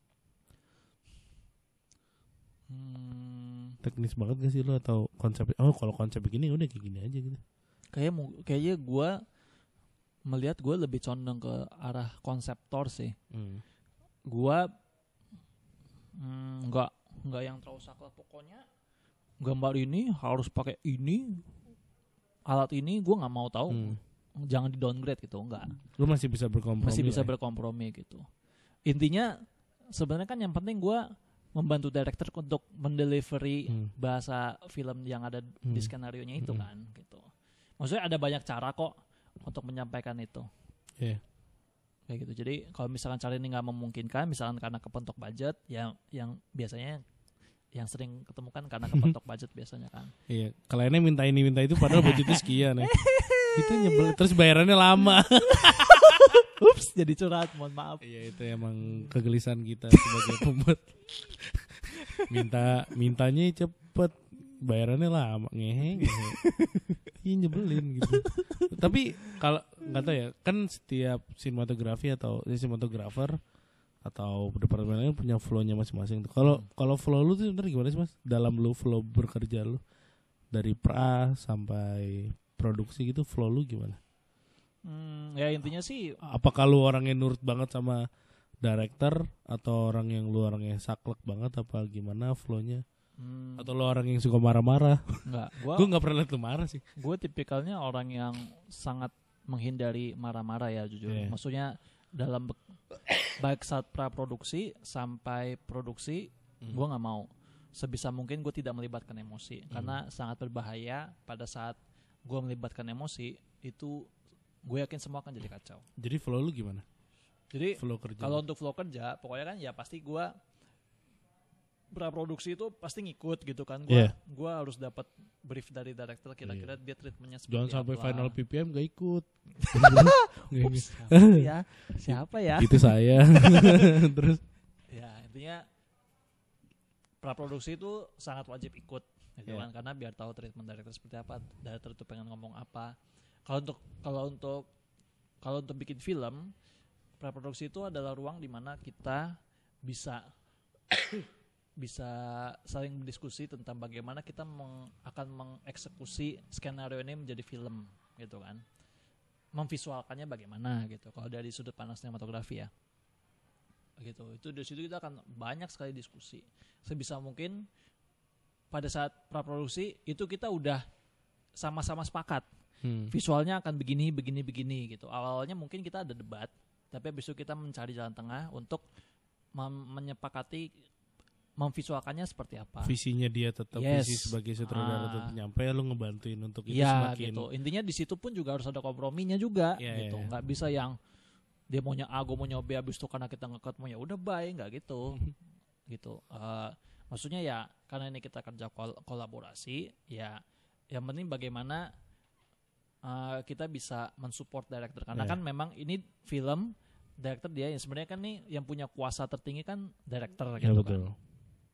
Hmm, Teknis banget gak sih lu atau konsep? Oh kalau konsep begini udah kayak gini aja gitu. kayak mu- kayaknya gue melihat gue lebih condong ke arah konseptor sih. Hmm. Gue mm, nggak nggak yang terlalu saklek pokoknya gambar ini harus pakai ini alat ini gue nggak mau tahu. Hmm. Jangan di downgrade gitu, enggak. Lu masih bisa berkompromi. Masih bisa lah ya? berkompromi gitu. Intinya sebenarnya kan yang penting gue membantu director untuk mendelivery Hmm. bahasa film yang ada di Hmm. skenario nya itu Hmm. kan gitu. Maksudnya ada banyak cara kok untuk menyampaikan itu. Iya. Kayak gitu. Jadi kalau misalkan cara ini nggak memungkinkan, misalkan karena kepentok budget, yang yang biasanya yang sering ketemukan karena kepentok budget biasanya kan. Iya, kliennya minta ini minta itu padahal budgetnya sekian ya. Itu nyebel terus bayarannya lama. Ups, jadi curhat, mohon maaf. Iya, itu emang kegelisahan kita sebagai pembuat. Minta mintanya cepet, bayarannya lama, ngehe. ngehe. Iya nyebelin gitu. Tapi kalau nggak tahu ya, kan setiap sinematografi atau sinematografer atau departemen lain punya flow-nya masing-masing. Kalau kalau flow lu tuh sebenarnya gimana sih Mas? Dalam lu flow bekerja lu dari pra sampai produksi gitu, flow lu gimana? Hmm, ya intinya sih Apakah lu orang yang nurut banget sama director atau orang yang lu orang yang saklek banget apa gimana flow-nya? hmm, Atau lu orang yang suka marah-marah? enggak. Gua Gue nggak pernah liat lu marah sih. gue tipikalnya orang yang sangat menghindari marah-marah ya jujur. Yeah. Maksudnya dalam be- baik saat pra produksi sampai produksi Hmm. gue nggak mau sebisa mungkin gue tidak melibatkan emosi Hmm. karena sangat berbahaya pada saat gue melibatkan emosi itu gue yakin semua akan jadi kacau. Jadi flow lu gimana? Jadi Flow kerja. kalau untuk flow kerja pokoknya kan ya pasti gue pra produksi itu pasti ngikut gitu kan. Gue Yeah. gue harus dapat brief dari director kira-kira dia treatmentnya seperti Jangan sampai apa. final P P M gak ikut. Ups, siapa ya? Siapa ya? Itu saya. Terus Ya intinya praproduksi itu sangat wajib ikut gitu Yeah. kan karena biar tahu treatment director seperti apa, director itu pengen ngomong apa. Kalau untuk kalau untuk kalau untuk bikin film, praproduksi itu adalah ruang di mana kita bisa bisa saling berdiskusi tentang bagaimana kita meng, akan mengeksekusi skenario ini menjadi film gitu kan. Memvisualkannya bagaimana gitu. Kalau dari sudut pandang sinematografi ya. Gitu. Itu dari situ kita akan banyak sekali diskusi. Sebisa mungkin pada saat praproduksi itu kita udah sama-sama sepakat. hmm. Visualnya akan begini, begini, begini gitu. Awalnya mungkin kita ada debat, tapi habis itu kita mencari jalan tengah untuk mem- menyepakati memvisualkannya seperti apa. visinya dia tetap Yes. visi sebagai sutradara Ah. tetap nyampe, lu ngebantuin untuk itu Iya semakin gitu. Intinya di situ pun juga harus ada komprominya juga Iya, gitu. iya. Nggak bisa yang dia maunya A, gue maunya B, habis itu karena kita ngekat mau ya udah bye, nggak gitu. Gitu. Eh, maksudnya ya karena ini kita kerja kol- kolaborasi, ya yang penting bagaimana eh, kita bisa mensupport director karena Iya. kan memang ini film director dia yang sebenarnya kan nih yang punya kuasa tertinggi kan director ya gitu betul. kan.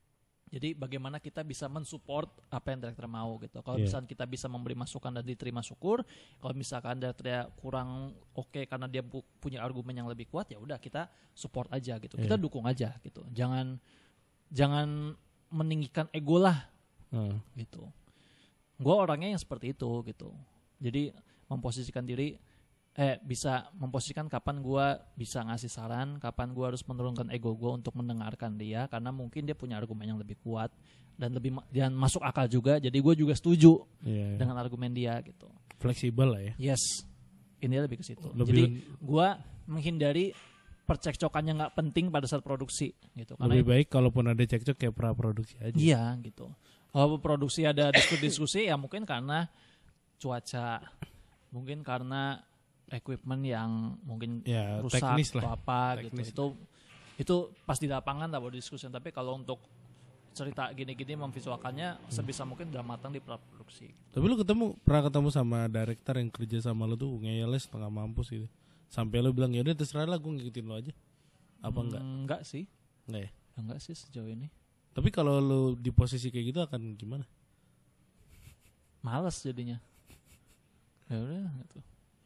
Jadi bagaimana kita bisa mensupport apa yang director mau gitu. Kalau Yeah. misalkan kita bisa memberi masukan dan diterima syukur. Kalau misalkan directornya kurang oke okay karena dia bu- punya argumen yang lebih kuat, ya udah kita support aja gitu. Kita Yeah. dukung aja gitu. Jangan jangan meninggikan ego lah Uh. gitu. Gue orangnya yang seperti itu gitu. Jadi memposisikan diri eh bisa memposisikan kapan gue bisa ngasih saran, kapan gue harus menurunkan ego gue untuk mendengarkan dia karena mungkin dia punya argumen yang lebih kuat dan lebih ma- dan masuk akal juga. Jadi gue juga setuju Yeah, yeah. dengan argumen dia gitu. Fleksibel lah ya. Yes, ini lebih ke situ. Lebih Jadi men- gue menghindari percekcokan yang nggak penting pada saat produksi gitu. Karena Lebih baik kalaupun ada cekcok kayak pra produksi aja. iya gitu. Kalau produksi ada diskusi-diskusi ya mungkin karena cuaca, mungkin karena equipment yang mungkin Ya, rusak teknis atau lah. apa Teknis. gitu. Itu itu pas di lapangan lah baru diskusi. Tapi kalau untuk cerita gini-gini memvisualkannya sebisa mungkin udah matang di produksi. Tapi lu ketemu pernah ketemu sama director yang kerja sama lu tuh ngeyelnya setengah mampus gitu. Sampai lu bilang ya udah terserah lah gue ngikutin lu aja. Apa enggak? Hmm, enggak sih. Enggak ya? Enggak sih sejauh ini. Tapi kalau lu di posisi kayak gitu akan gimana? Males jadinya. Ya udah gitu.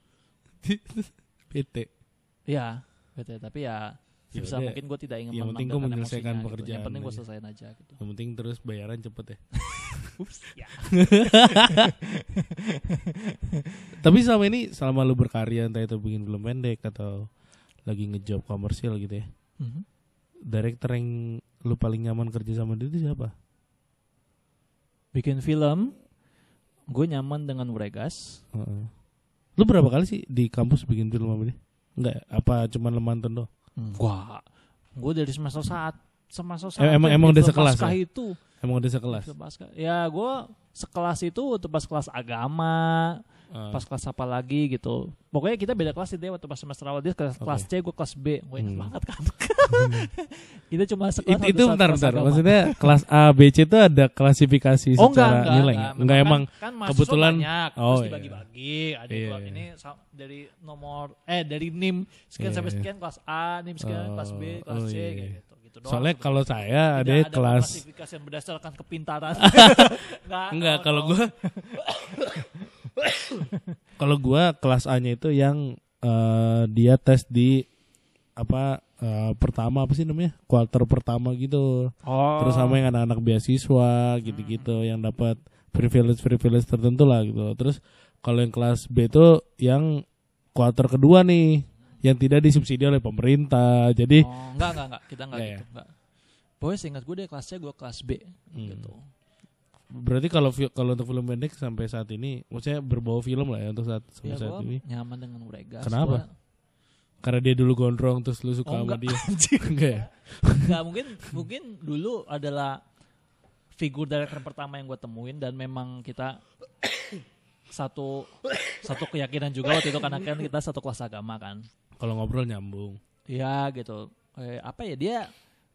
P T. Iya, betul. Tapi ya sebisa Yaudah, mungkin gue tidak ingin yang penting gua menanggalkan menyelesaikan emosinya gitu. pekerjaan Yang penting gue aja. selesaiin aja gitu. Yang penting terus bayaran cepet ya. Ups, ya. Tapi selama ini selama lu berkarya entah itu bikin film pendek atau lagi ngejob komersil gitu ya. Mhm. Director yang lu paling nyaman kerja sama dia itu siapa? Bikin film, gue nyaman dengan Uregas. Heeh. Lu berapa kali sih di kampus bikin film sama dia? Enggak, apa cuma lemantun doang? Wah, gue dari semester saat semester Em- emang- emang udah sekelas ya? ya? Itu. Emang udah sekelas? Film Pasca. Ya gue sekelas itu untuk pas kelas agama, Uh, pas kelas apa lagi gitu. Pokoknya kita beda kelas itu ya waktu pas semester awal dia kelas, Oke. kelas C, gue kelas B. Gue ingat Hmm. banget kan. Kita cuma sekelas. It- waktu itu saat bentar kelas bentar. agama. Maksudnya kelas A, B, C itu ada klasifikasi Oh enggak, secara enggak, nilai enggak. nggak? Enggak Memang emang kan, kan mahasiswa kebetulan- banyak, oh, terus iya. dibagi-bagi. Ada Iya, kelas iya. ini sa- dari nomor eh dari N I M sekian Iya, sampai iya. sekian kelas A, N I M sekian Oh, kelas B, kelas oh, C iya, kayak iya. gitu. Gitu doang soalnya sebetulnya. kalau saya Tidak ada ada kelas klasifikasi yang berdasarkan kepintaran. Enggak, enggak no, kalau no. gua kalau gua kelas A-nya itu yang eh, dia tes di apa eh, pertama apa sih namanya? Quarter pertama gitu. Oh. Terus sama yang anak-anak beasiswa gitu-gitu yang dapat privilege-privilege tertentu lah gitu. Terus kalau yang kelas B itu yang quarter kedua nih yang tidak disubsidi oleh pemerintah. Jadi Oh, enggak, enggak, enggak. Kita enggak Enggak gitu, enggak. Pokoknya seingat gue deh kelas C, gue kelas B Hmm. gitu. berarti kalau fi- kalau untuk film pendek sampai saat ini maksudnya berbau film lah ya untuk saat sampai Ya saat gue ini. nyaman dengan Uregas. Kenapa? Gua- Karena dia dulu gondrong terus lu suka Oh, sama enggak. dia. Enggak ya? Enggak, mungkin mungkin dulu adalah figur director pertama yang gue temuin dan memang kita satu satu keyakinan juga waktu itu karena kan kita satu kelas agama kan. Kalau ngobrol nyambung. Ya gitu. Eh, apa ya dia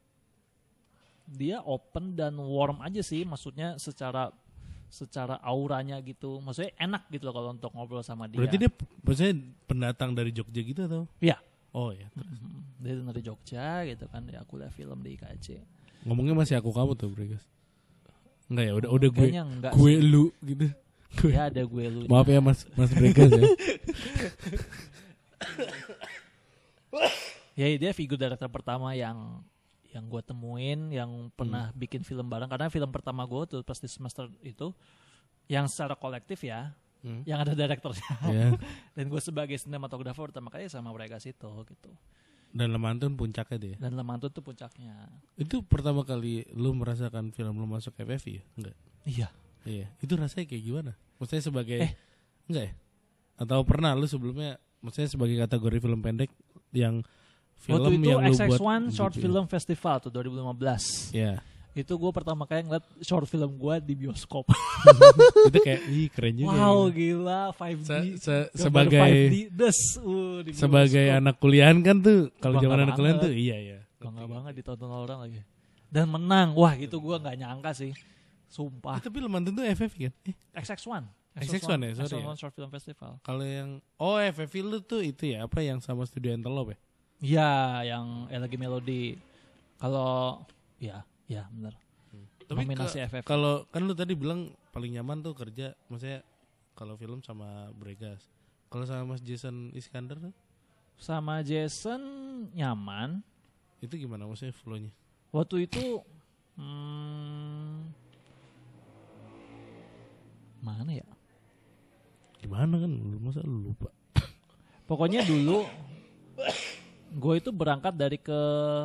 dia open dan warm aja sih, maksudnya secara secara auranya gitu. Maksudnya enak gitu loh kalau untuk ngobrol sama dia. Berarti dia maksudnya pendatang dari Jogja gitu atau? Iya. Oh ya. Mhm. Dia dari Jogja gitu kan, dia kuliah film di I K J. Ngomongnya masih aku kamu tuh, Bregas. Enggak ya, udah udah gue Kayaknya enggak gue sih. lu gitu. Gue. Ya ada gue lu. Maaf ya Mas Mas Bregas ya. Ya dia figur director pertama yang yang gue temuin, yang pernah Hmm. bikin film bareng. Karena film pertama gue tuh pas di semester itu yang secara kolektif ya, Hmm. yang ada direkturnya. Ya. Dan gue sebagai sinematografer pertama kali sama mereka situ gitu. Dan Lemantun puncaknya dia. Dan Lemantun tuh puncaknya. Itu pertama kali lu merasakan film lu masuk F F I ya? Enggak. Iya. Iya. Itu rasanya kayak gimana? Maksudnya sebagai Eh. enggak ya? Atau pernah lu sebelumnya maksudnya sebagai kategori film pendek yang film Waktu itu yang lu X X buat satu Short gitu ya? Film Festival tuh dua ribu lima belas. Iya. Itu gue pertama kali ngeliat short film gue di bioskop. Itu kayak ih keren juga. Wow, ya. gila lima D. Se- se- Gambar sebagai lima D, des, uh, di sebagai bioskop. anak kuliahan kan tuh kalau Bangga zaman anak kuliahan banget. tuh iya ya. Bangga banget ditonton orang lagi. Dan menang. Wah, itu gue nggak nyangka sih. Sumpah. Eh, tapi Lemantun tuh F F I kan? Eh, X X satu. X X satu ya, sorry X X satu ya. Short Film Festival. kalau yang oh F F I lu tuh itu ya apa yang sama Studio Antelope ya? Iya, yang Elegi Melody. Kalau ya, ya benar. Tapi nominasi ka- F F. kalau kan lu tadi bilang paling nyaman tuh kerja, maksudnya kalau film sama Bregas. Kalau sama Mas Jason Iskandar tuh, Sama Jason nyaman. itu gimana maksudnya flow-nya? Waktu itu hmm, mana ya? Gimana kan lu masa lu lupa? Pokoknya dulu gue itu berangkat dari ke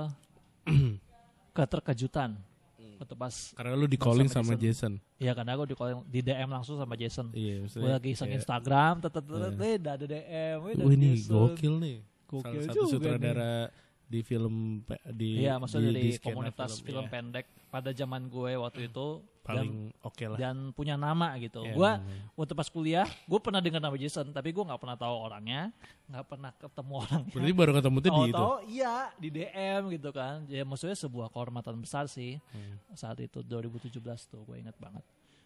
keterkejutan. Waktu pas Karena lu di calling sama sama Jason. Iya, karena gue di, di D M langsung sama Jason. Iya, Gue maksudnya. lagi iseng kayak, Instagram, tetet tetet, Iya. eh, ada D M, eh, ada Wah ini Jason. gokil nih. Gokil Salah satu juga sutradara di film pe- di Iya, maksudnya di- dari di skena komunitas film, iya. pendek pada zaman gue waktu itu Paling oke lah. dan, dan punya nama gitu. Iya, Gue namanya. waktu pas kuliah, gue pernah dengar nama Jason, tapi gue nggak pernah tahu orangnya, nggak pernah ketemu orangnya. Berarti baru ketemu tuh di itu. Tahu-tahu iya di D M gitu kan. Ya maksudnya sebuah kehormatan besar sih Hmm. saat itu dua ribu tujuh belas tuh, gue ingat banget.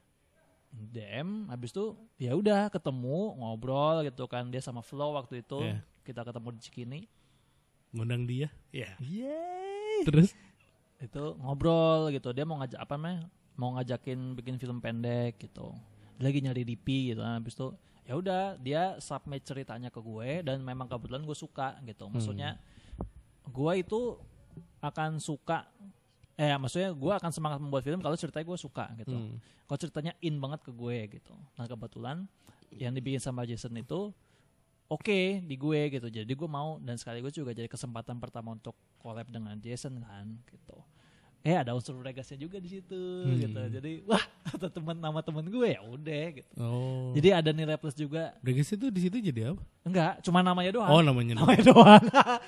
D M habis itu ya udah ketemu ngobrol gitu kan, dia sama Flo waktu itu Iya. kita ketemu di Cikini. Ngundang dia. Iya. Yeay. Terus Itu ngobrol gitu, dia mau ngajak apa namanya, mau ngajakin bikin film pendek gitu. Dia lagi nyari D P gitu kan. Habis itu ya udah dia submit ceritanya ke gue dan memang kebetulan gue suka gitu. Maksudnya gue itu akan suka eh maksudnya gue akan semangat membuat film kalau ceritanya gue suka gitu. Hmm. Kalau ceritanya in banget ke gue gitu. Nah kebetulan yang dibikin sama Jason itu oke okay di gue gitu. Jadi gue mau, dan sekaligus juga jadi kesempatan pertama untuk collab dengan Jason kan gitu. Eh ada unsur Bregasnya juga di situ Hmm. gitu. Jadi wah, atau teman nama teman gue ya udah gitu. Oh. Jadi ada nilai plus juga. Bregas itu di situ jadi apa? Enggak, cuma namanya doang. Oh namanya. namanya doang.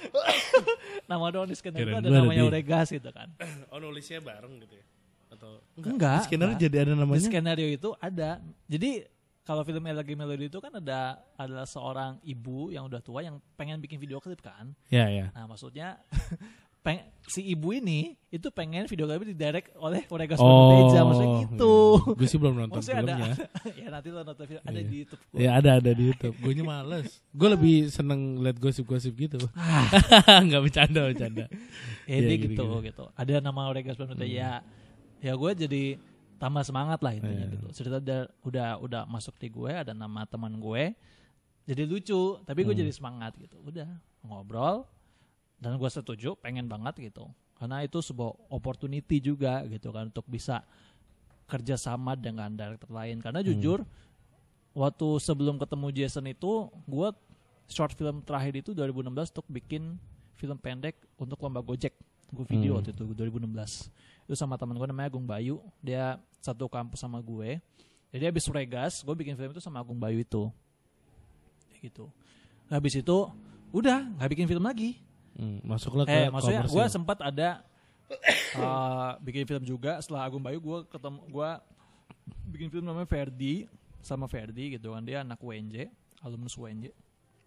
Nama doang di skenario itu Kirain ada gua ada namanya di- Bregas gitu kan. Oh nulisnya bareng gitu ya? Atau Enggak, Di skenario enggak. jadi ada Di namanya? skenario itu ada. Jadi kalau film Elegi Melody itu kan ada adalah seorang ibu yang udah tua yang pengen bikin video klip kan. Ya ya. Nah maksudnya peng, si ibu ini itu pengen video klipnya didirect oleh Oregas Oh. Teja, maksudnya gitu. Gue sih belum nonton Maksudnya ada, filmnya. ya nanti lo nonton film, ada Iya. di YouTube. Gua. Ya ada ada di YouTube. Gue nya males. Gue lebih seneng liat gosip-gosip gitu. Nggak bercanda bercanda. Ya Iya, dia gitu, gitu, gitu. gitu. Ada nama Oregas Teja ya. Ya gue jadi tambah semangat lah intinya Iya. gitu. Cerita udah, udah udah masuk di gue, ada nama teman gue. Jadi lucu, tapi gue Hmm. jadi semangat gitu. Udah ngobrol dan gue setuju, pengen banget gitu. Karena itu sebuah opportunity juga gitu kan untuk bisa kerjasama dengan director lain. Karena Hmm. jujur waktu sebelum ketemu Jason itu gue short film terakhir itu dua ribu enam belas untuk bikin film pendek untuk lomba Gojek. Gue video Hmm. waktu itu dua ribu enam belas. Itu sama teman gue namanya Agung Bayu. Dia satu kampus sama gue. Jadi habis Regas, gue bikin film itu sama Agung Bayu itu. Kayak gitu. Habis itu udah nggak bikin film lagi. Hmm, masuklah ke Eh maksudnya gue komersil. sempat ada uh, bikin film juga setelah Agung Bayu. Gue ketemu gue bikin film namanya Ferdi sama Ferdi gitu kan, dia anak U N J, alumnus U N J.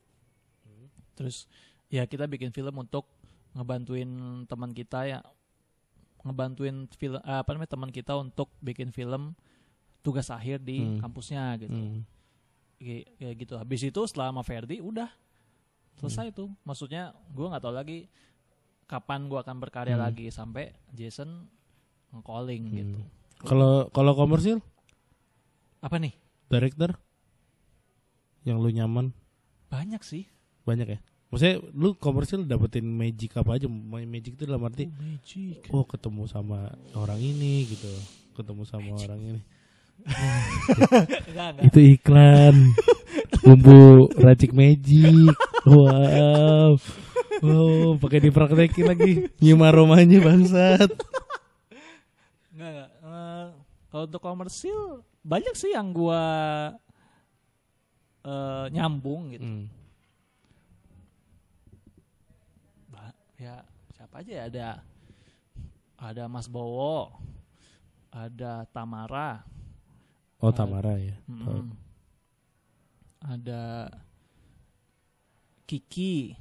Terus ya kita bikin film untuk ngebantuin teman kita ya, ngebantuin film apa namanya teman kita untuk bikin film tugas akhir di Hmm. kampusnya gitu. Hmm. Kayak, kayak gitu. Habis itu setelah sama Ferdi udah selesai tuh. Maksudnya gue nggak tahu lagi kapan gue akan berkarya Hmm. lagi sampai Jason nge-calling Hmm. gitu. Kalau kalau komersil, Apa nih? director yang lu nyaman Banyak sih. banyak ya. Maksudnya lu komersil dapetin magic apa aja? Magic itu dalam arti Oh, magic. oh ketemu sama orang ini gitu, ketemu sama orang ini. Enggak, enggak. Itu iklan bumbu racik magic. Wow. Wow, pakai dipraktekin lagi. Nyium aromanya bangsat. Enggak, enggak. Eh, kalau untuk komersil banyak sih yang gua eh, nyambung gitu. Hmm. Ba- Ya siapa aja ya, ada ada Mas Bowo, ada Tamara, Oh Tamara ya. mm-mm. Oh. ada Kiki,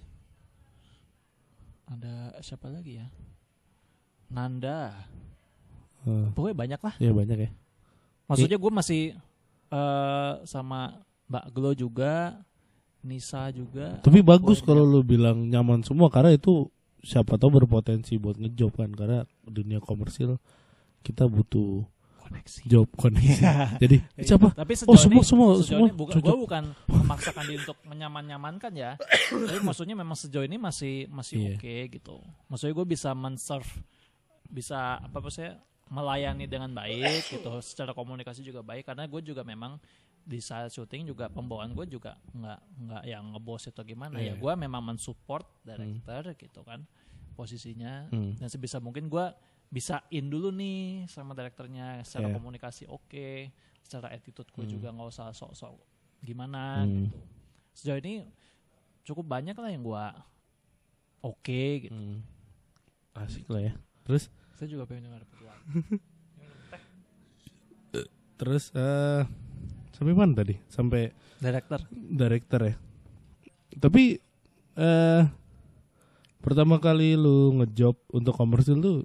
ada siapa lagi ya, Nanda, Oh. pokoknya banyak lah. Ya banyak ya. Maksudnya gue masih eh, sama Mbak Glo juga, Nisa juga. Tapi bagus Banyak. kalau lu bilang nyaman semua karena itu siapa tahu berpotensi buat ngejob kan, karena dunia komersil kita butuh koneksi. job koneksi. Jadi Ya, siapa? Tapi Oh sejauh semua ini, semua sejauh semua ini buka, cocok. gue bukan memaksakan diri untuk menyaman-nyamankan ya. Tapi maksudnya memang sejauh ini masih masih Iya. oke gitu. Maksudnya gue bisa men-serve, bisa apa maksudnya melayani dengan baik gitu. Secara komunikasi juga baik karena gue juga memang di saat syuting juga pembawaan gue juga nggak nggak yang ngebos atau gimana Iya. ya. Gue memang mensupport director gitu kan posisinya Hmm. dan sebisa mungkin gue bisa in dulu nih sama direkturnya secara Iya. komunikasi oke, secara attitude gue Hmm. juga nggak usah sok-sok gimana Hmm. gitu. Sejauh ini cukup banyak lah yang gue oke gitu. Hmm. Asik lah ya. Terus Saya juga pengen dengar berdua. terus eh sampai mana tadi? Sampai Director. director ya. Tapi eh pertama kali lu ngejob untuk komersil tuh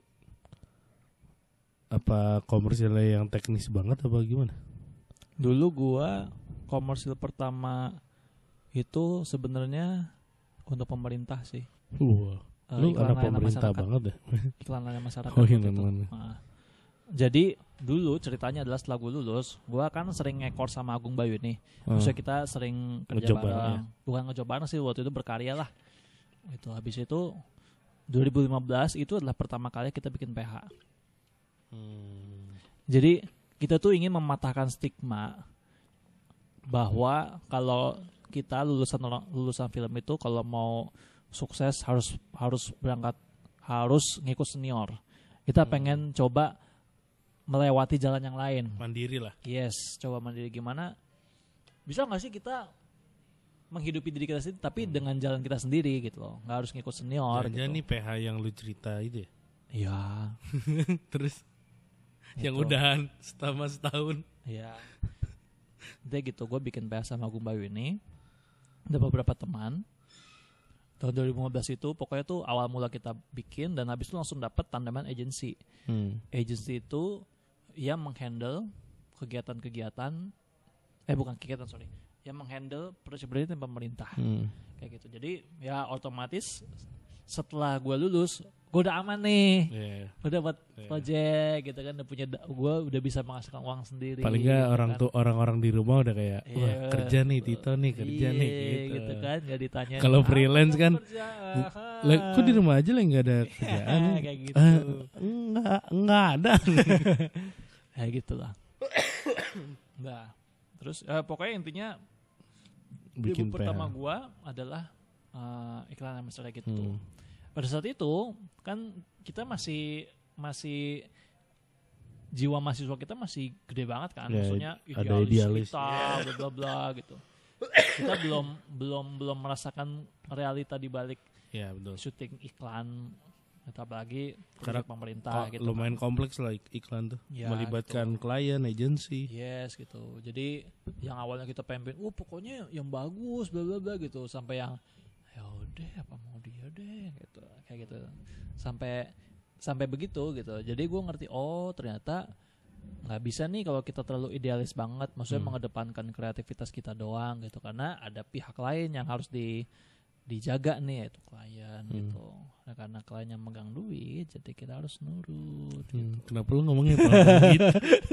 apa komersilnya yang teknis banget apa gimana? Dulu gue komersil pertama itu sebenarnya untuk pemerintah sih. Wah, Eh, lu iklan anak layanan pemerintah masyarakat. banget ya. Iklan layanan masyarakat. Oh, waktu iya, itu. mana. Nah, jadi dulu ceritanya adalah setelah gue lulus, gue kan sering ngekor sama Agung Bayu nih. Oh. Maksudnya kita sering kerja Ngejob bareng. bareng, ya. Bukan ngejob bareng sih, waktu itu berkarya lah. Itu habis itu dua ribu lima belas itu adalah pertama kali kita bikin P H. Hmm. Jadi kita tuh ingin mematahkan stigma bahwa kalau kita lulusan orang- lulusan film itu kalau mau sukses harus harus berangkat harus ngikut senior. Kita Hmm. pengen coba melewati jalan yang lain. Mandiri lah. Yes, coba mandiri gimana? Bisa nggak sih kita menghidupi diri kita sendiri tapi dengan jalan kita sendiri gitu loh. Nggak harus ngikut senior Jangan gitu. nih P H yang lu cerita itu ya. Iya. Terus yang Gitu. udahan selama setahun. Iya. Jadi gitu, gue bikin P H sama Agung Bayu ini. Ada beberapa teman. Tahun dua ribu lima belas itu pokoknya tuh awal mula kita bikin dan habis itu langsung dapat tandeman agency. Hmm. Agency itu yang menghandle kegiatan-kegiatan eh bukan kegiatan sorry, yang menghandle project-project pemerintah Hmm. kayak gitu. Jadi ya otomatis setelah gue lulus, gue udah aman nih, Yeah. gue dapat Yeah. project gitu kan, udah punya, gue udah bisa menghasilkan uang sendiri. Paling nggak gitu orang kan. tuh orang-orang di rumah udah kayak wah Iya. kerja nih Tito nih kerja Iya, nih gitu. gitu kan, nggak ditanya. Kalau "Apa freelance kamu kan, kerja?" Lah, kok di rumah aja lah nggak ada kerjaan? Kayak gitu. Ah, enggak, enggak ada. Kayak gitulah. Nah, terus eh, pokoknya intinya Bikin debut P H. pertama gua adalah eh, iklan masalah gitu. Hmm. Pada saat itu kan kita masih masih jiwa mahasiswa kita masih gede banget kan, Ya, maksudnya ada idealis idealis. kita, bla bla bla gitu. Kita belum belum belum merasakan realita di balik Ya betul. syuting iklan, atau apalagi Karena proyek pemerintah Ko- gitu. lumayan kan. kompleks lah ik- iklan tuh. Ya, Melibatkan klien, agensi. Yes gitu. Jadi yang awalnya kita pengen, oh pokoknya yang bagus, bla bla bla gitu, sampai yang ya udah apa mau dia deh gitu, kayak gitu. Sampai sampai begitu gitu. Jadi gue ngerti, oh ternyata nggak bisa nih kalau kita terlalu idealis banget, maksudnya Hmm. mengedepankan kreativitas kita doang gitu, karena ada pihak lain yang harus di dijaga nih, yaitu klien Hmm. gitu. Nah, karena klien yang megang duit, jadi kita harus nurut. Hmm, kenapa lu ngomongnya pelan-pelan gitu?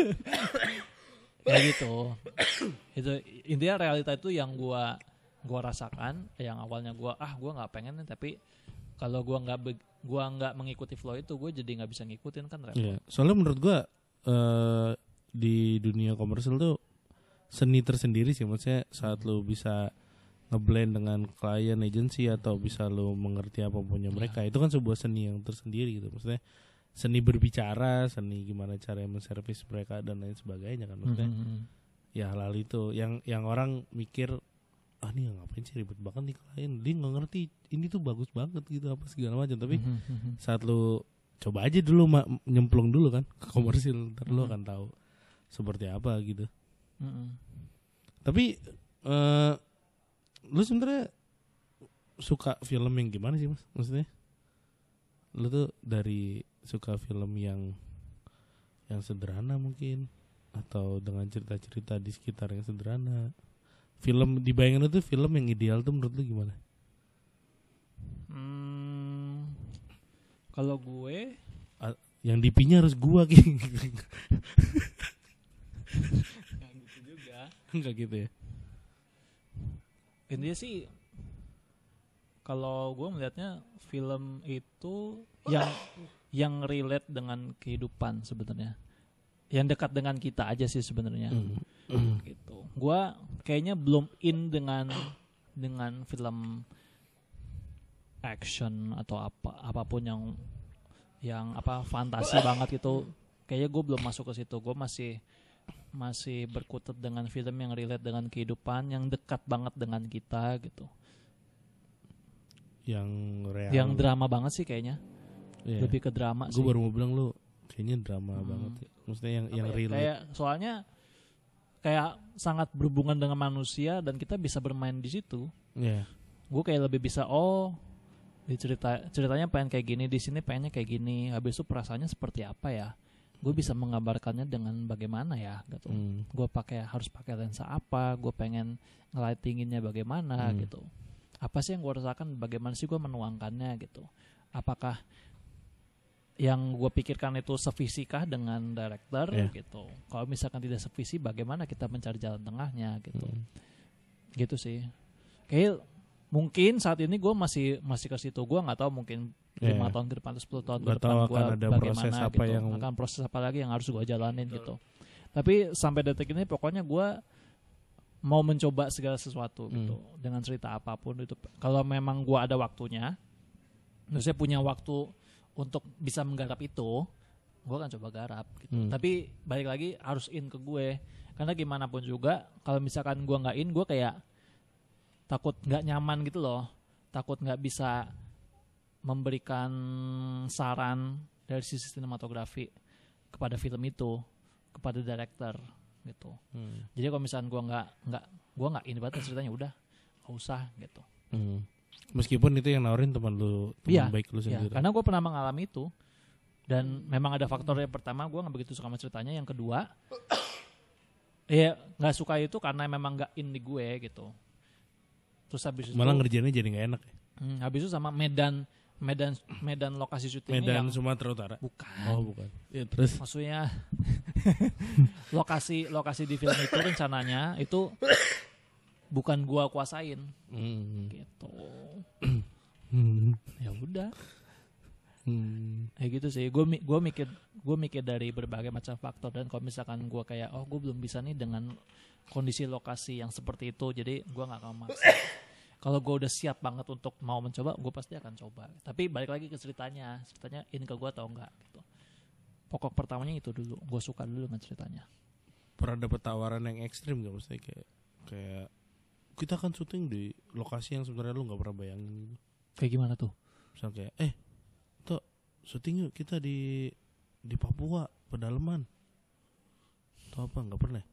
Kayak gitu. Itu intinya realita itu yang gua gua rasakan, yang awalnya gua ah gua nggak pengen nih, tapi kalau gua nggak be- gua nggak mengikuti flow itu, gua jadi nggak bisa ngikutin kan repot. Iya. Soalnya menurut gua eh, di dunia komersil tuh seni tersendiri sih, maksudnya saat lu bisa ngeblend dengan klien agency atau bisa lu mengerti apa punya mereka, itu kan sebuah seni yang tersendiri gitu. Maksudnya seni berbicara, seni gimana cara menservis mereka dan lain sebagainya kan, maksudnya Mhm. ya hal-hal itu yang yang orang mikir ah nih ngapain sih ribet banget nih klien, dia nggak ngerti ini tuh bagus banget gitu apa segala macam, tapi Mhm. saat lu coba aja dulu ma- nyemplung dulu kan ke komersil, ntar lu Mhm. akan tahu seperti apa gitu. Mhm. Tapi eh lu sebenarnya suka film yang gimana sih mas? Maksudnya lu tuh dari suka film yang yang sederhana mungkin, atau dengan cerita-cerita di sekitar yang sederhana. Film di bayangan lu tuh film yang ideal tuh menurut lu gimana? Hmm, kalau gue Yang D P-nya harus gua gitu. Nggak gitu juga. Enggak gitu ya. Intinya sih kalau gue melihatnya film itu yang yang relate dengan kehidupan sebenarnya, yang dekat dengan kita aja sih sebenarnya. Mm. Mm. Gitu. Gue kayaknya belum in dengan dengan film action atau apa apapun yang yang apa fantasi banget gitu. Kayaknya gue belum masuk ke situ. Gue masih masih berkutat dengan film yang relate dengan kehidupan, yang dekat banget dengan kita gitu. Yang real. Yang drama banget sih kayaknya. Yeah. Lebih ke drama Gue sih. baru mau bilang lu kayaknya drama Hmm. banget ya. Maksudnya yang yang Apa ya, relate. kayak soalnya kayak sangat berhubungan dengan manusia dan kita bisa bermain di situ. Iya. Gue kayak lebih bisa oh di cerita ceritanya pengen kayak gini, di sini pengennya kayak gini. Habis itu perasaannya seperti apa ya? Gue bisa menggambarkannya dengan bagaimana ya gitu. Hmm. Gue pakai harus pakai lensa apa? Gue pengen ngelightinginnya bagaimana Hmm. gitu. Apa sih yang gue rasakan? Bagaimana sih gue menuangkannya gitu? Apakah yang gue pikirkan itu sevisikah dengan director Yeah. gitu? Kalau misalkan tidak sevisi, bagaimana kita mencari jalan tengahnya gitu? Hmm. Gitu sih. Kayak mungkin saat ini gue masih masih ke situ. Gue nggak tahu mungkin lima Yeah. tahun ke depan atau sepuluh tahun Nggak ke depan tahu gue akan ada proses bagaimana apa gitu. yang- Akan proses apa lagi yang harus gue jalanin gitu. Tapi sampai detik ini pokoknya gue mau mencoba segala sesuatu Hmm. gitu dengan cerita apapun itu. Kalau memang gue ada waktunya, maksudnya punya waktu untuk bisa menggarap itu, gue akan coba garap gitu. Hmm. Tapi balik lagi harus in ke gue, karena gimana pun juga kalau misalkan gue nggak in, gue kayak takut nggak nyaman gitu loh, takut nggak bisa memberikan saran dari sisi sinematografi kepada film itu, kepada director gitu. Hmm. Jadi kalau misalkan gue nggak nggak gue nggak in banget ceritanya, udah nggak usah gitu. Hmm. Meskipun itu yang nawarin teman lu, teman Iya, baik lu Ya, sendiri. karena gue pernah mengalami itu dan memang ada faktor yang pertama gue nggak begitu suka sama ceritanya, yang kedua ya nggak suka itu karena memang nggak in di gue gitu. Terus habis itu Malah ngerjainnya jadi nggak enak. Ya? hmm, habis itu sama Medan Medan Medan lokasi syutingnya Medan yang Sumatera Utara. bukan. Oh bukan. Ya, terus Maksudnya lokasi lokasi di film itu rencananya itu bukan gua kuasain Hmm. gitu. Hmm. Ya udah. Hmm. Kayak gitu sih. Gue gue mikir gue mikir dari berbagai macam faktor, dan kalau misalkan gue kayak oh gue belum bisa nih dengan kondisi lokasi yang seperti itu, jadi gue nggak akan maksa. Kalau gue udah siap banget untuk mau mencoba, gue pasti akan coba. Tapi balik lagi ke ceritanya, ceritanya ini ke gue atau enggak gitu. Pokok pertamanya itu dulu, gue suka dulu dengan ceritanya. Pernah dapet tawaran yang ekstrim gak? Maksudnya kayak kayak kita akan syuting di lokasi yang sebenarnya lu nggak pernah bayangin gitu. Kayak gimana tuh? Misal kayak eh tuh syuting yuk kita di di Papua pedalaman atau apa, nggak pernah?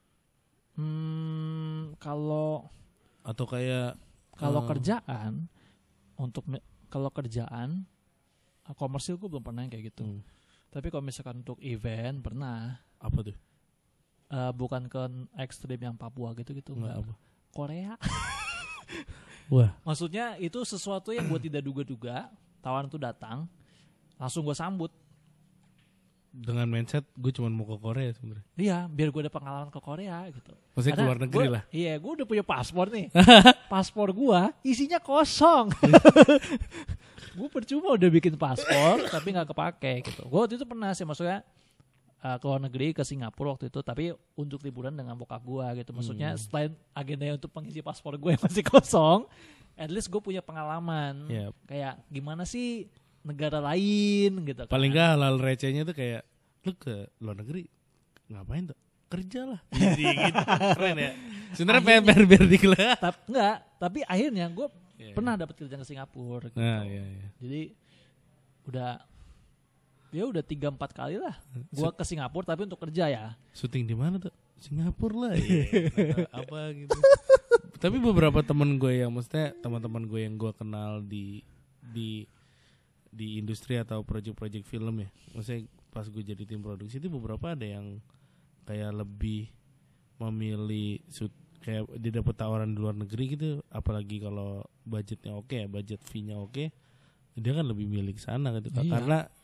Hmm, kalau Atau kayak kalau eh, kerjaan untuk me- kalau kerjaan uh, komersil gue belum pernah yang kayak gitu. hmm, Tapi kalau misalkan untuk event pernah. apa tuh? Uh, bukan ke ekstrim yang Papua gitu-gitu, Nggak enggak. apa? Korea. Wah. Maksudnya itu sesuatu yang gue tidak duga-duga. Tawaran itu datang, langsung gue sambut. Dengan mindset gue cuma mau ke Korea sebenarnya. Iya, biar gue ada pengalaman ke Korea gitu. Maksudnya ke Karena luar negeri gua- lah. Iya, gue udah punya paspor nih. Paspor gue isinya kosong. Gue percuma udah bikin paspor tapi nggak kepake gitu. Gue waktu itu pernah sih, maksudnya uh, ke luar negeri, ke Singapura waktu itu, tapi untuk liburan dengan bokap gue gitu. Maksudnya Hmm. selain agendanya untuk pengisi paspor gue yang masih kosong, at least gue punya pengalaman. Iya. Kayak gimana sih negara lain gitu. Paling kan. nggak hal-hal recehnya tuh kayak lu ke luar negeri ngapain tuh? Kerja lah. Jadi gitu. Keren ya. Sebenarnya pengen biar biar dikelah. Tapi enggak, tapi akhirnya gue Iya, pernah dapat kerjaan ke Singapura gitu. Nah, iya, iya. Jadi udah ya udah tiga empat kali lah gue ke Singapura, tapi untuk kerja ya. Syuting di mana tuh? Singapura lah. Iya, apa gitu. Tapi beberapa temen gue yang maksudnya teman-teman gue yang gue kenal di di di industri atau project-project film ya. Maksudnya pas gue jadi tim produksi itu beberapa ada yang kayak lebih memilih shoot, kayak dia dapat tawaran di luar negeri gitu, apalagi kalau budgetnya oke ya, budget fee-nya oke, dia kan lebih milih ke sana gitu. Iya. Karena